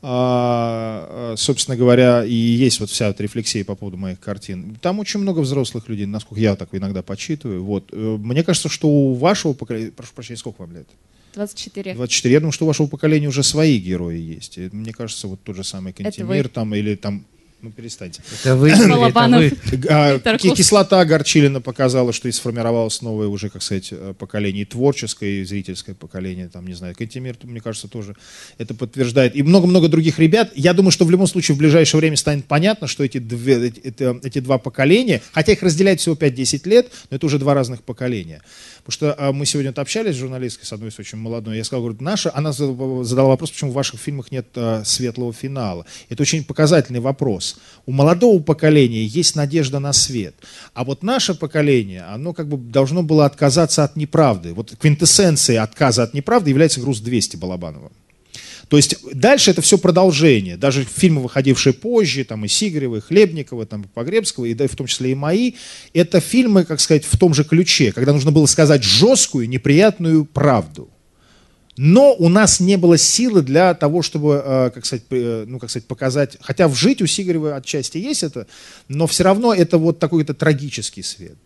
а, собственно говоря, и есть вот вся эта рефлексия по поводу моих картин. Там очень много взрослых людей, насколько я так иногда почитываю. Вот. Мне кажется, что у вашего поколения... Прошу прощения, сколько вам лет? двадцать четыре. двадцать четыре. Я думаю, что у вашего поколения уже свои герои есть. И, мне кажется, вот тот же самый Кантемир там, или там... Ну, перестаньте. Это вы, это вы. А, кислота Горчилина показала, что и сформировалось новое уже, как сказать, поколение, и творческое, и зрительское поколение, там, не знаю, Кантемир, мне кажется, тоже это подтверждает. И много-много других ребят. Я думаю, что в любом случае в ближайшее время станет понятно, что эти, две, эти, эти два поколения, хотя их разделяет всего пять-десять лет, но это уже два разных поколения. Потому что а, мы сегодня общались с журналисткой, с одной из очень молодой, я сказал, говорю, наша, она задала вопрос, почему в ваших фильмах нет а, светлого финала. Это очень показательный вопрос. У молодого поколения есть надежда на свет, а вот наше поколение, оно как бы должно было отказаться от неправды. Вот квинтэссенцией отказа от неправды является «Груз двести» Балабанова. То есть дальше это все продолжение. Даже фильмы, выходившие позже, там и Сигарева, и Хлебникова, там, и Погребского, и да, в том числе и мои, это фильмы, как сказать, в том же ключе, когда нужно было сказать жесткую, неприятную правду. Но у нас не было силы для того, чтобы, как сказать, ну, как сказать, показать, хотя в «Жить» у Сигарева отчасти есть это, но все равно это вот такой-то трагический свет. Да?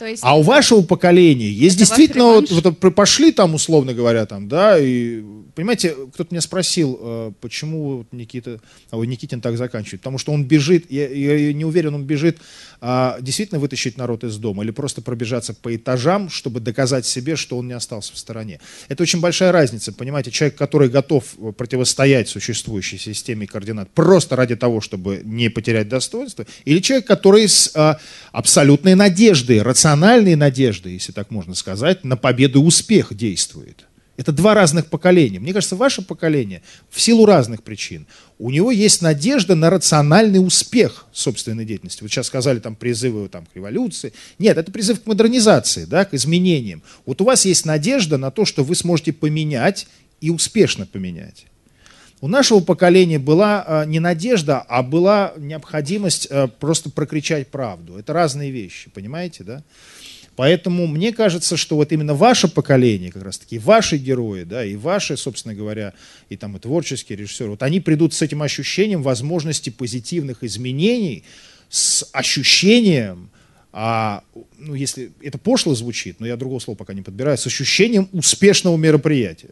То есть А у вашего поколения есть это действительно, ваш вот, вот пошли там, условно говоря, там, да, и, понимаете, кто-то меня спросил, э, почему вот Никита, а вот Никитин так заканчивает, потому что он бежит, я, я не уверен, он бежит а, действительно вытащить народ из дома или просто пробежаться по этажам, чтобы доказать себе, что он не остался в стороне. Это очень большая разница, понимаете, человек, который готов противостоять существующей системе координат просто ради того, чтобы не потерять достоинство, или человек, который с а, абсолютной надеждой, рациональной надеждой, если так можно сказать, на победу и успех действует. Это два разных поколения. Мне кажется, ваше поколение в силу разных причин, у него есть надежда на рациональный успех собственной деятельности. Вот сейчас сказали там призывы там, к революции. Нет, это призыв к модернизации, да, к изменениям. Вот у вас есть надежда на то, что вы сможете поменять и успешно поменять. У нашего поколения была а, не надежда, а была необходимость а, просто прокричать правду. Это разные вещи, понимаете, да? Поэтому мне кажется, что вот именно ваше поколение, как раз таки ваши герои, да, и ваши, собственно говоря, и там и творческие режиссеры, вот они придут с этим ощущением возможности позитивных изменений, с ощущением, а, ну если это пошло звучит, но я другого слова пока не подбираю, с ощущением успешного мероприятия.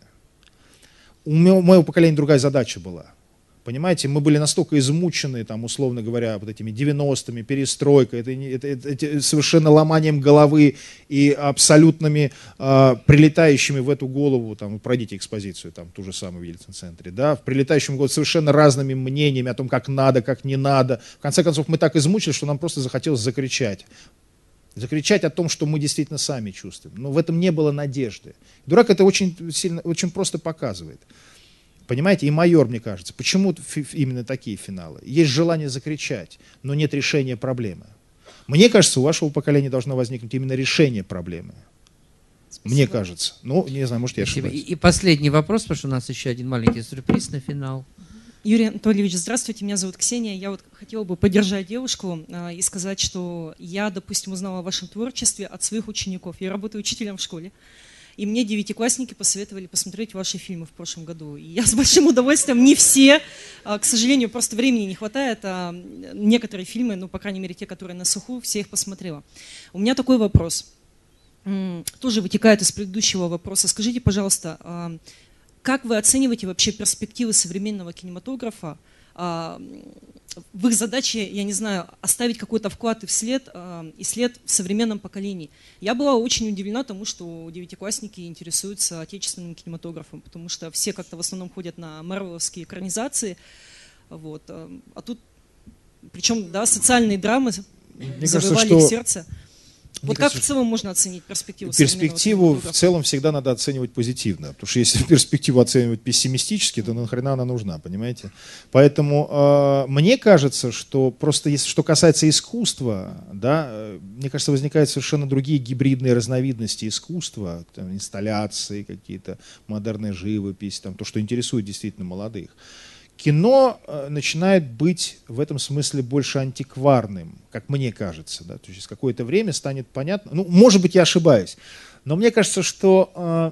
У моего, моего поколения другая задача была. Понимаете, мы были настолько измучены, там, условно говоря, вот этими девяностыми, перестройкой, это, это, это, это совершенно ломанием головы и абсолютными э, прилетающими в эту голову, там, пройдите экспозицию, там, ту же самую в Ельцин-центре, да, в прилетающем голову совершенно разными мнениями о том, как надо, как не надо. В конце концов, мы так измучились, что нам просто захотелось закричать. Закричать о том, что мы действительно сами чувствуем. Но в этом не было надежды. Дурак это очень сильно, очень просто показывает. Понимаете, и «Майор», мне кажется, почему именно такие финалы? Есть желание закричать, но нет решения проблемы. Мне кажется, у вашего поколения должно возникнуть именно решение проблемы. Спасибо. Мне кажется. Ну, не знаю, может, я ошибаюсь. И, и последний вопрос, потому что у нас еще один маленький сюрприз на финал. Юрий Анатольевич, здравствуйте, меня зовут Ксения. Я вот хотела бы поддержать девушку э, и сказать, что я, допустим, узнала о вашем творчестве от своих учеников. Я работаю учителем в школе. И мне девятиклассники посоветовали посмотреть ваши фильмы в прошлом году. И я с большим удовольствием, не все, к сожалению, просто времени не хватает, а некоторые фильмы, ну, по крайней мере, те, которые на слуху, все их посмотрела. У меня такой вопрос, тоже вытекает из предыдущего вопроса. Скажите, пожалуйста, как вы оцениваете вообще перспективы современного кинематографа в их задаче, я не знаю, оставить какой-то вклад и вслед, и след в современном поколении? Я была очень удивлена тому, что девятиклассники интересуются отечественным кинематографом, потому что все как-то в основном ходят на марвеловские экранизации, вот, а тут, причем, да, социальные драмы Мне завоевали кажется, что... их сердце. Мне вот кажется, как в целом можно оценить перспективу? Перспективу в целом всегда надо оценивать позитивно, потому что если перспективу оценивать пессимистически, то нахрена она нужна, понимаете? Поэтому э, мне кажется, что просто если что касается искусства, да, э, мне кажется, возникают совершенно другие гибридные разновидности искусства, там, инсталляции какие-то, модерная живопись, там, то, что интересует действительно молодых. Кино э, начинает быть в этом смысле больше антикварным, как мне кажется. Да? То есть через какое-то время станет понятно, ну, может быть, я ошибаюсь, но мне кажется, что э,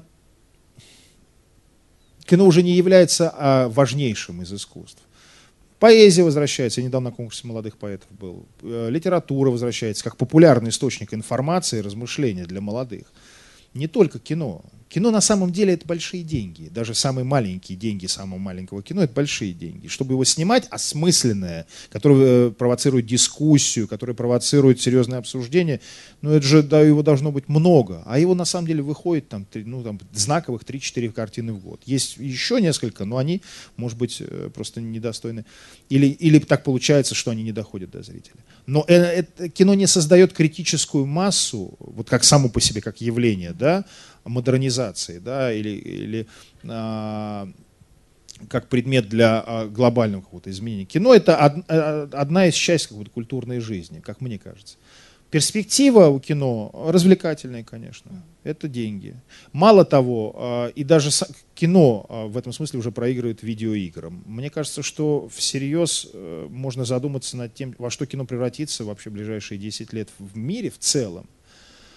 кино уже не является э, важнейшим из искусств. Поэзия возвращается, я недавно на конкурсе молодых поэтов был, э, литература возвращается как популярный источник информации и размышления для молодых. Не только кино. Кино на самом деле это большие деньги. Даже самые маленькие деньги самого маленького кино это большие деньги. Чтобы его снимать осмысленное, которое провоцирует дискуссию, которое провоцирует серьезное обсуждение, ну это же да, его должно быть много. А его на самом деле выходит там, ну, там, знаковых три-четыре картины в год. Есть еще несколько, но они, может быть, просто недостойны. Или, или так получается, что они не доходят до зрителя. Но это, кино не создает критическую массу, вот как само по себе, как явление, да, модернизации, да, или, или а, как предмет для а, глобального какого-то изменения. Кино это од, одна из частей какой-то культурной жизни, как мне кажется. Перспектива у кино развлекательная, конечно, это деньги. Мало того, а, и даже кино а, в этом смысле уже проигрывает видеоиграм. Мне кажется, что всерьез а, можно задуматься над тем, во что кино превратится вообще в ближайшие десять лет в мире в целом.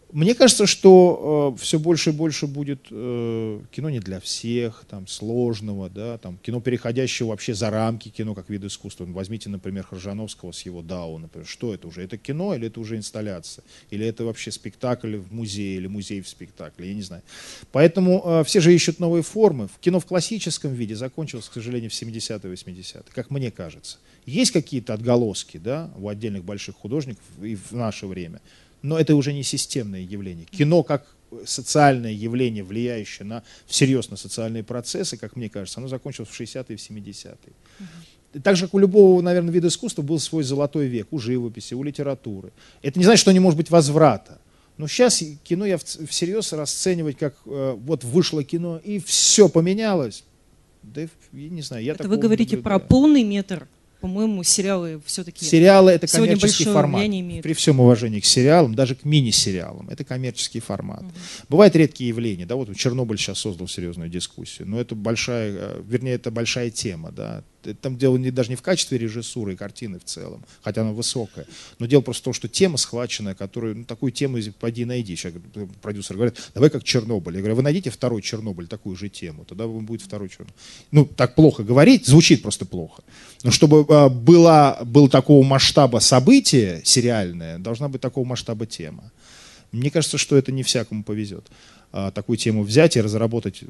Мне кажется, что э, все больше и больше будет э, кино не для всех, там, сложного, да, там, кино, переходящего вообще за рамки кино как вид искусства. Возьмите, например, Хржановского с его Дау, например. Что это уже? Это кино или это уже инсталляция? Или это вообще спектакль в музее, или музей в спектакле? Я не знаю. Поэтому э, все же ищут новые формы. Кино в классическом виде закончилось, к сожалению, в семидесятые, восьмидесятые, как мне кажется. Есть какие-то отголоски, да, у отдельных больших художников и в наше время. Но это уже не системное явление. Кино как социальное явление, влияющее на, всерьез на социальные процессы, как мне кажется, оно закончилось в шестидесятые и в семидесятые. Uh-huh. Так же, как у любого, наверное, вида искусства был свой золотой век, у живописи, у литературы. Это не значит, что не может быть возврата. Но сейчас кино я всерьез расценивать как э, вот вышло кино и все поменялось. Да, я не знаю, я это вы говорите наблюдаю. Про полный метр? По-моему, сериалы все-таки сериалы это коммерческий формат. При всем уважении к сериалам, даже к мини-сериалам, это коммерческий формат. Угу. Бывают редкие явления, да, вот Чернобыль сейчас создал серьезную дискуссию, но это большая, вернее, это большая тема, да. Там дело не, даже не в качестве режиссуры и картины в целом, хотя она высокая, но дело просто в том, что тема схваченная, которую, ну, такую тему поди найди. Человек, продюсер говорит, давай как Чернобыль. Я говорю, вы найдите второй Чернобыль, такую же тему, тогда будет второй Чернобыль. Ну, так плохо говорить, звучит просто плохо. Но чтобы э, была, был такого масштаба событие сериальное, должна быть такого масштаба тема. Мне кажется, что это не всякому повезет. Такую тему взять и разработать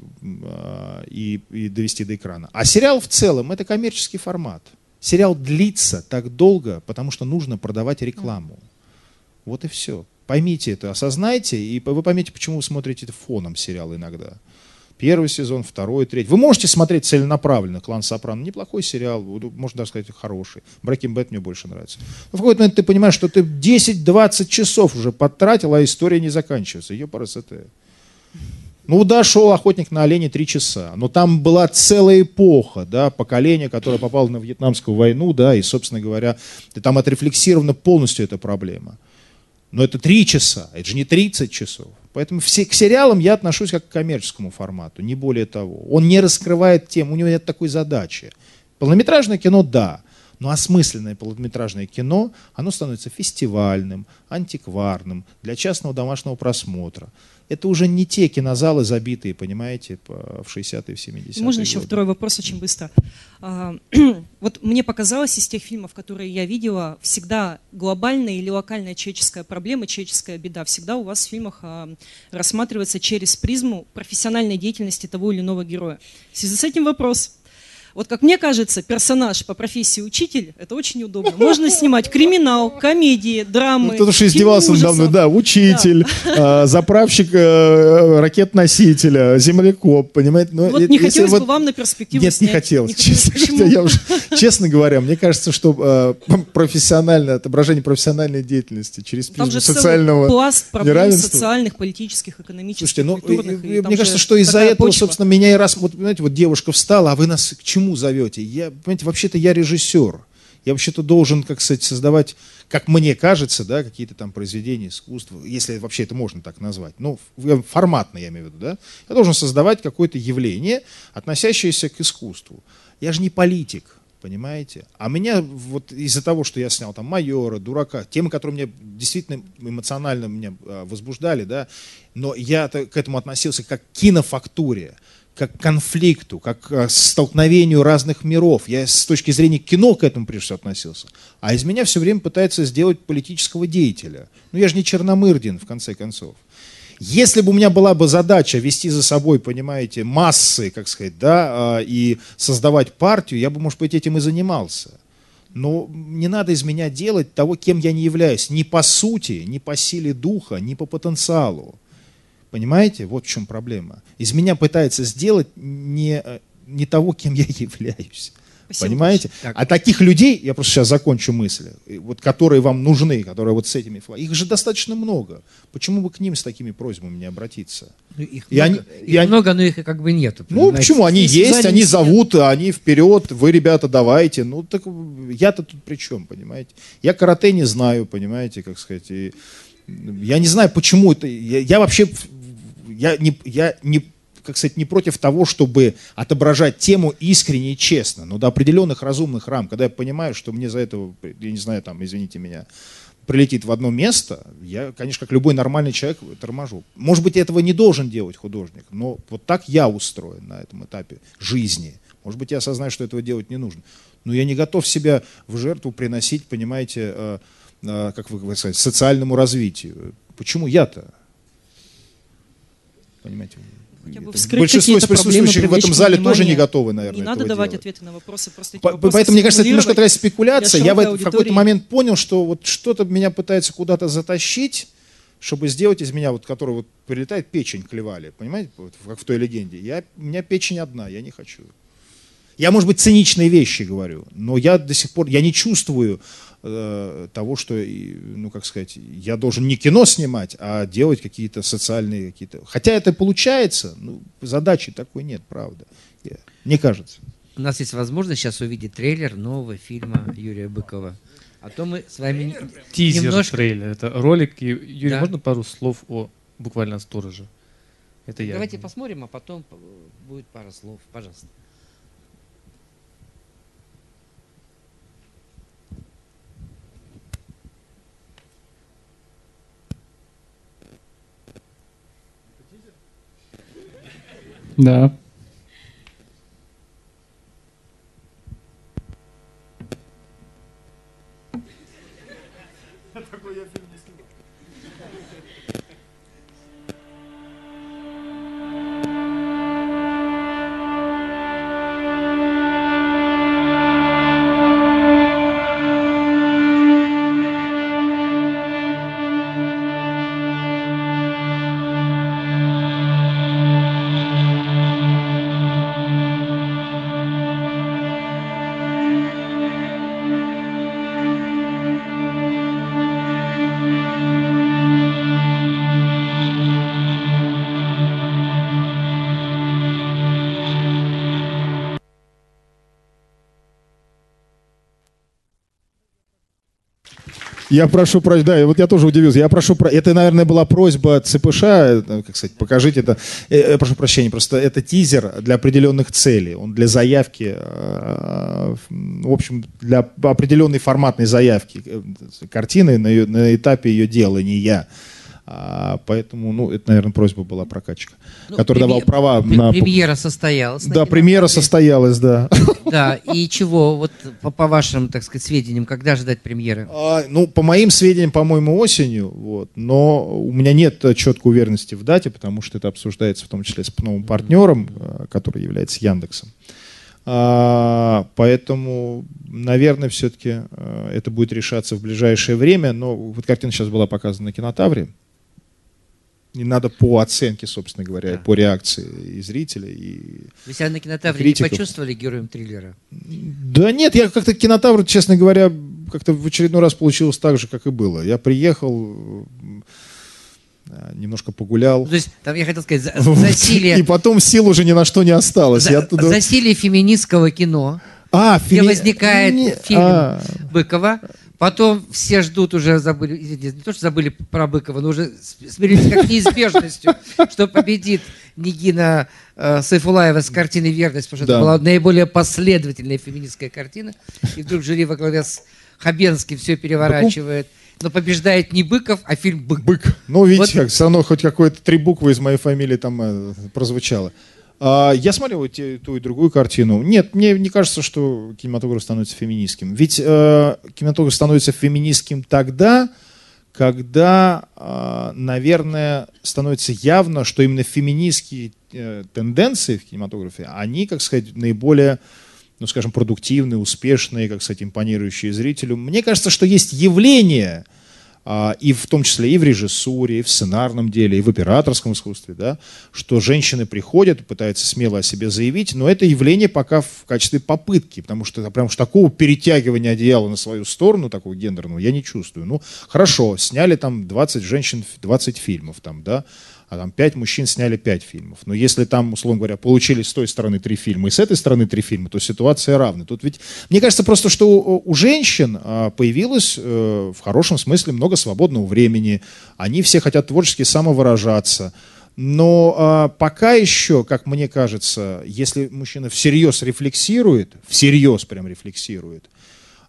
и, и довести до экрана. А сериал в целом это коммерческий формат. Сериал длится так долго, потому что нужно продавать рекламу. Вот и все. Поймите это, осознайте, и вы поймете, почему вы смотрите фоном сериал иногда. Первый сезон, второй, третий. Вы можете смотреть целенаправленно. «Клан Сопрано» неплохой сериал, можно даже сказать, хороший. «Breaking Bad» мне больше нравится. Но в какой-то момент ты понимаешь, что ты десять-двадцать часов уже потратил, а история не заканчивается. Ее пора с этой. Ну да, шел «Охотник на оленей» три часа, но там была целая эпоха, да, поколение, которое попало на Вьетнамскую войну, да, и, собственно говоря, там отрефлексирована полностью эта проблема. Но это три часа, это же не тридцать часов. Поэтому все, к сериалам я отношусь как к коммерческому формату, не более того. Он не раскрывает тему, у него нет такой задачи. Полнометражное кино, да. Но осмысленное полнометражное кино, оно становится фестивальным, антикварным, для частного домашнего просмотра. Это уже не те кинозалы забитые, понимаете, в шестидесятые, в семидесятые Можно еще годы. второй вопрос очень быстро. Вот мне показалось из тех фильмов, которые я видела, всегда глобальная или локальная человеческая проблема, человеческая беда всегда у вас в фильмах рассматривается через призму профессиональной деятельности того или иного героя. В связи с этим вопрос. Вот как мне кажется, персонаж по профессии учитель, это очень удобно. Можно снимать криминал, комедии, драмы. Ну, кто-то же издевался надо мной, да, учитель, да. Э, заправщик э, ракет-носителя, землекоп, понимаете? Но вот это, не хотелось вот... бы вам на перспективу Нет, снять. не хотелось. Не хотелось. Честно, я уже, честно говоря, мне кажется, что э, профессиональное, отображение профессиональной деятельности через призму социального пласт проблем неравенства. Социальных, политических, экономических, Слушайте, ну, культурных. И, и, мне кажется, что из-за этого, почва. собственно, меня и раз... Вот, понимаете, вот девушка встала, а вы нас к чему зовете? Я, понимаете, вообще-то я режиссер. Я вообще-то должен, как сказать, создавать, как мне кажется, да, какие-то там произведения искусства, если вообще это можно так назвать. Ну, форматно я имею в виду, да. Я должен создавать какое-то явление, относящееся к искусству. Я же не политик, понимаете? А меня вот из-за того, что я снял там «Майора», «Дурака», темы, которые меня действительно эмоционально меня возбуждали, да, но я к этому относился как к кинофактуре, как к конфликту, как к столкновению разных миров. Я с точки зрения кино к этому прежде всего относился. А из меня все время пытаются сделать политического деятеля. Ну я же не Черномырдин, в конце концов. Если бы у меня была бы задача вести за собой, понимаете, массы, как сказать, да, и создавать партию, я бы, может быть, этим и занимался. Но не надо из меня делать того, кем я не являюсь. Ни по сути, ни по силе духа, ни по потенциалу. Понимаете? Вот в чем проблема. Из меня пытается сделать не, не того, кем я являюсь. Спасибо. Понимаете? Так. А таких людей, я просто сейчас закончу мысль, вот, которые вам нужны, которые вот с этими флагами, их же достаточно много. Почему бы к ним с такими просьбами не обратиться? Ну, их и много, они, их и они... много, но их как бы нету. Ну почему? Они есть, они зовут, они вперед, вы, ребята, давайте. Ну так я-то тут при чем, понимаете? Я карате не знаю, понимаете, как сказать. И я не знаю, почему это. Я, я вообще... Я не, я не, как сказать, не против того, чтобы отображать тему искренне и честно, но до определенных разумных рамок, когда я понимаю, что мне за это, я не знаю, там, извините меня, прилетит в одно место, я, конечно, как любой нормальный человек, торможу. Может быть, этого не должен делать художник, но вот так я устроен на этом этапе жизни. Может быть, я осознаю, что этого делать не нужно. Но я не готов себя в жертву приносить, понимаете, э, э, как вы сказали, социальному развитию. Почему я-то? Понимаете? Большинство из присутствующих в этом зале тоже не готовы, наверное, Не надо давать ответы на вопросы, просто эти По вопросы Поэтому, мне кажется, это немножко такая стимулировать спекуляция. Я в, это, в какой-то аудитории. момент понял, что вот что-то меня пытается куда-то затащить, чтобы сделать из меня, вот, который вот прилетает, печень клевали, понимаете, вот, как в той легенде. Я, у меня печень одна, я не хочу. Я, может быть, циничные вещи говорю, но я до сих пор, я не чувствую э, того, что, ну, как сказать, я должен не кино снимать, а делать какие-то социальные какие-то... Хотя это получается, ну, задачи такой нет, правда, я, мне кажется. У нас есть возможность сейчас увидеть трейлер нового фильма Юрия Быкова. А то мы с вами Тизер немножко... трейлер, это ролик. И, Юрий, Да. можно пару слов о буквально о стороже? Это я. Давайте посмотрим, а потом будет пара слов. Пожалуйста. Да. Я прошу прощения, да, вот я тоже удивился. Я прошу про... Это, наверное, была просьба ЦПШ, э, как сказать, покажите это. Э, прошу прощения, просто это тизер для определенных целей. Он для заявки, э, в общем, для определенной форматной заявки картины на, ее, на этапе ее делания. А, поэтому, ну, это, наверное, просьба была прокатчика, Ну, который премьер- давал права пр- на... Премьера состоялась. на Да, премьера состоялась, да. Да, и чего, вот по, по вашим, так сказать, сведениям, когда ждать премьеры? А, ну, по моим сведениям, по-моему, осенью, вот, но у меня нет четкой уверенности в дате, потому что это обсуждается в том числе с новым партнером, а, который является Яндексом. А, поэтому, наверное, все-таки а, это будет решаться в ближайшее время, но вот картина сейчас была показана на Кинотавре. Не надо по оценке, собственно говоря, Да. по реакции и зрителей, и Вы себя на кинотавре не критиков. почувствовали героем триллера? Да нет, я как-то Кинотавр, честно говоря, как-то в очередной раз получилось так же, как и было. Я приехал, э, немножко погулял. То есть, там я хотел сказать, за- засилие, И потом сил уже ни на что не осталось. за- Я оттуда- засилие феминистского кино, А, где феми- возникает не- фильм а. Быкова, потом все ждут уже, забыли, извините, не то, что забыли про Быкова, но уже с- смирились как неизбежностью, что победит Нигина э, Сайфулаева с картиной «Верность», потому что Да. это была наиболее последовательная феминистская картина, и вдруг жюри во главе с Хабенским все переворачивает. Но побеждает не Быков, а фильм «Бык». Бык. Ну, видите, Вот. как, все равно хоть какое-то три буквы из моей фамилии там э, прозвучало. А, я смотрел и те- ту и другую картину. Нет, мне не кажется, что кинематограф становится феминистским. Ведь э, кинематограф становится феминистским тогда, когда, э, наверное, становится явно, что именно феминистские э, тенденции в кинематографе, они, как сказать, наиболее, ну, скажем, продуктивные, успешные, как сказать, импонирующие зрителю. Мне кажется, что есть явления, а, и в том числе и в режиссуре, и в сценарном деле, и в операторском искусстве, да, что женщины приходят, пытаются смело о себе заявить, но это явление пока в качестве попытки, потому что прям уж такого перетягивания одеяла на свою сторону, такого гендерного, я не чувствую. Ну, хорошо, сняли там двадцать женщин, двадцать фильмов там, да, а там пять мужчин сняли пять фильмов. Но если там, условно говоря, получили с той стороны три фильма и с этой стороны три фильма, то ситуация равна. Тут ведь, мне кажется, просто, что у, у женщин а, появилось э, в хорошем смысле много свободного времени. Они все хотят творчески самовыражаться. Но а, пока еще, как мне кажется, если мужчина всерьез рефлексирует, всерьез прям рефлексирует,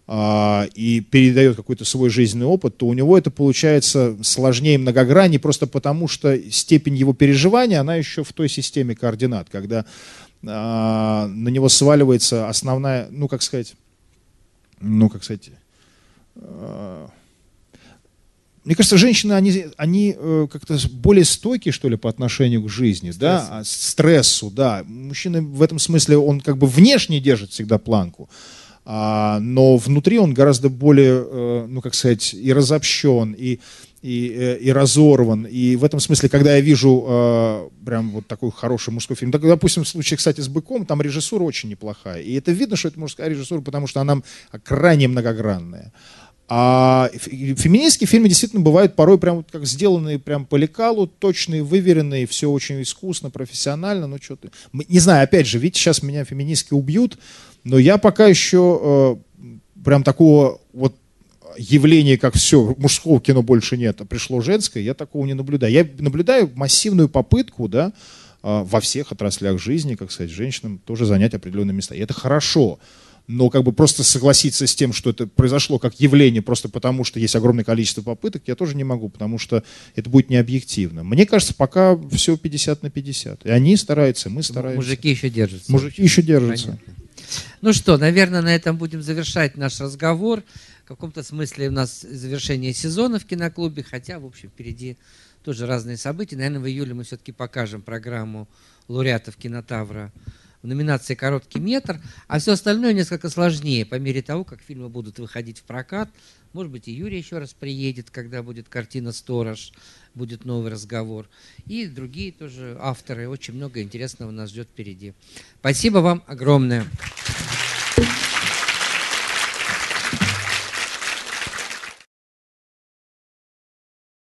а, и передает какой-то свой жизненный опыт, то у него это получается сложнее, многограннее, просто потому что степень его переживания, она еще в той системе координат, когда а, на него сваливается основная, ну, как сказать, ну, как сказать, а, мне кажется, женщины, они, они э, как-то более стойкие, что ли, по отношению к жизни, стрессу. да, а, стрессу, да. Мужчина в этом смысле, он как бы внешне держит всегда планку, а, но внутри он гораздо более, э, ну, как сказать, и разобщен, и, и, э, и разорван. И в этом смысле, когда я вижу э, прям вот такой хороший мужской фильм, так, допустим, в случае, кстати, с «Быком», там режиссура очень неплохая. И это видно, что это мужская режиссура, потому что она крайне многогранная. А феминистские фильмы действительно бывают порой прям вот как сделанные прям по лекалу, точные, выверенные, все очень искусно, профессионально, ну что-то. Не знаю, опять же, видите, сейчас меня феминистки убьют, но я пока еще э, прям такого вот явления, как все, мужского кино больше нет, а пришло женское, я такого не наблюдаю. Я наблюдаю массивную попытку, да, э, во всех отраслях жизни, как сказать, женщинам тоже занять определенные места. И это хорошо. Но как бы просто согласиться с тем, что это произошло как явление, просто потому что есть огромное количество попыток, я тоже не могу, потому что это будет необъективно. Мне кажется, пока все пятьдесят на пятьдесят. И они стараются, мы стараемся. Мужики еще держатся. Мужики еще держатся. Понятно. Ну что, наверное, на этом будем завершать наш разговор. В каком-то смысле у нас завершение сезона в киноклубе, хотя, в общем, впереди тоже разные события. Наверное, в июле мы все-таки покажем программу лауреатов «Кинотавра» в номинации «Короткий метр», а все остальное несколько сложнее по мере того, как фильмы будут выходить в прокат. Может быть, и Юрий еще раз приедет, когда будет картина «Сторож», будет новый разговор. И другие тоже авторы. Очень много интересного нас ждет впереди. Спасибо вам огромное.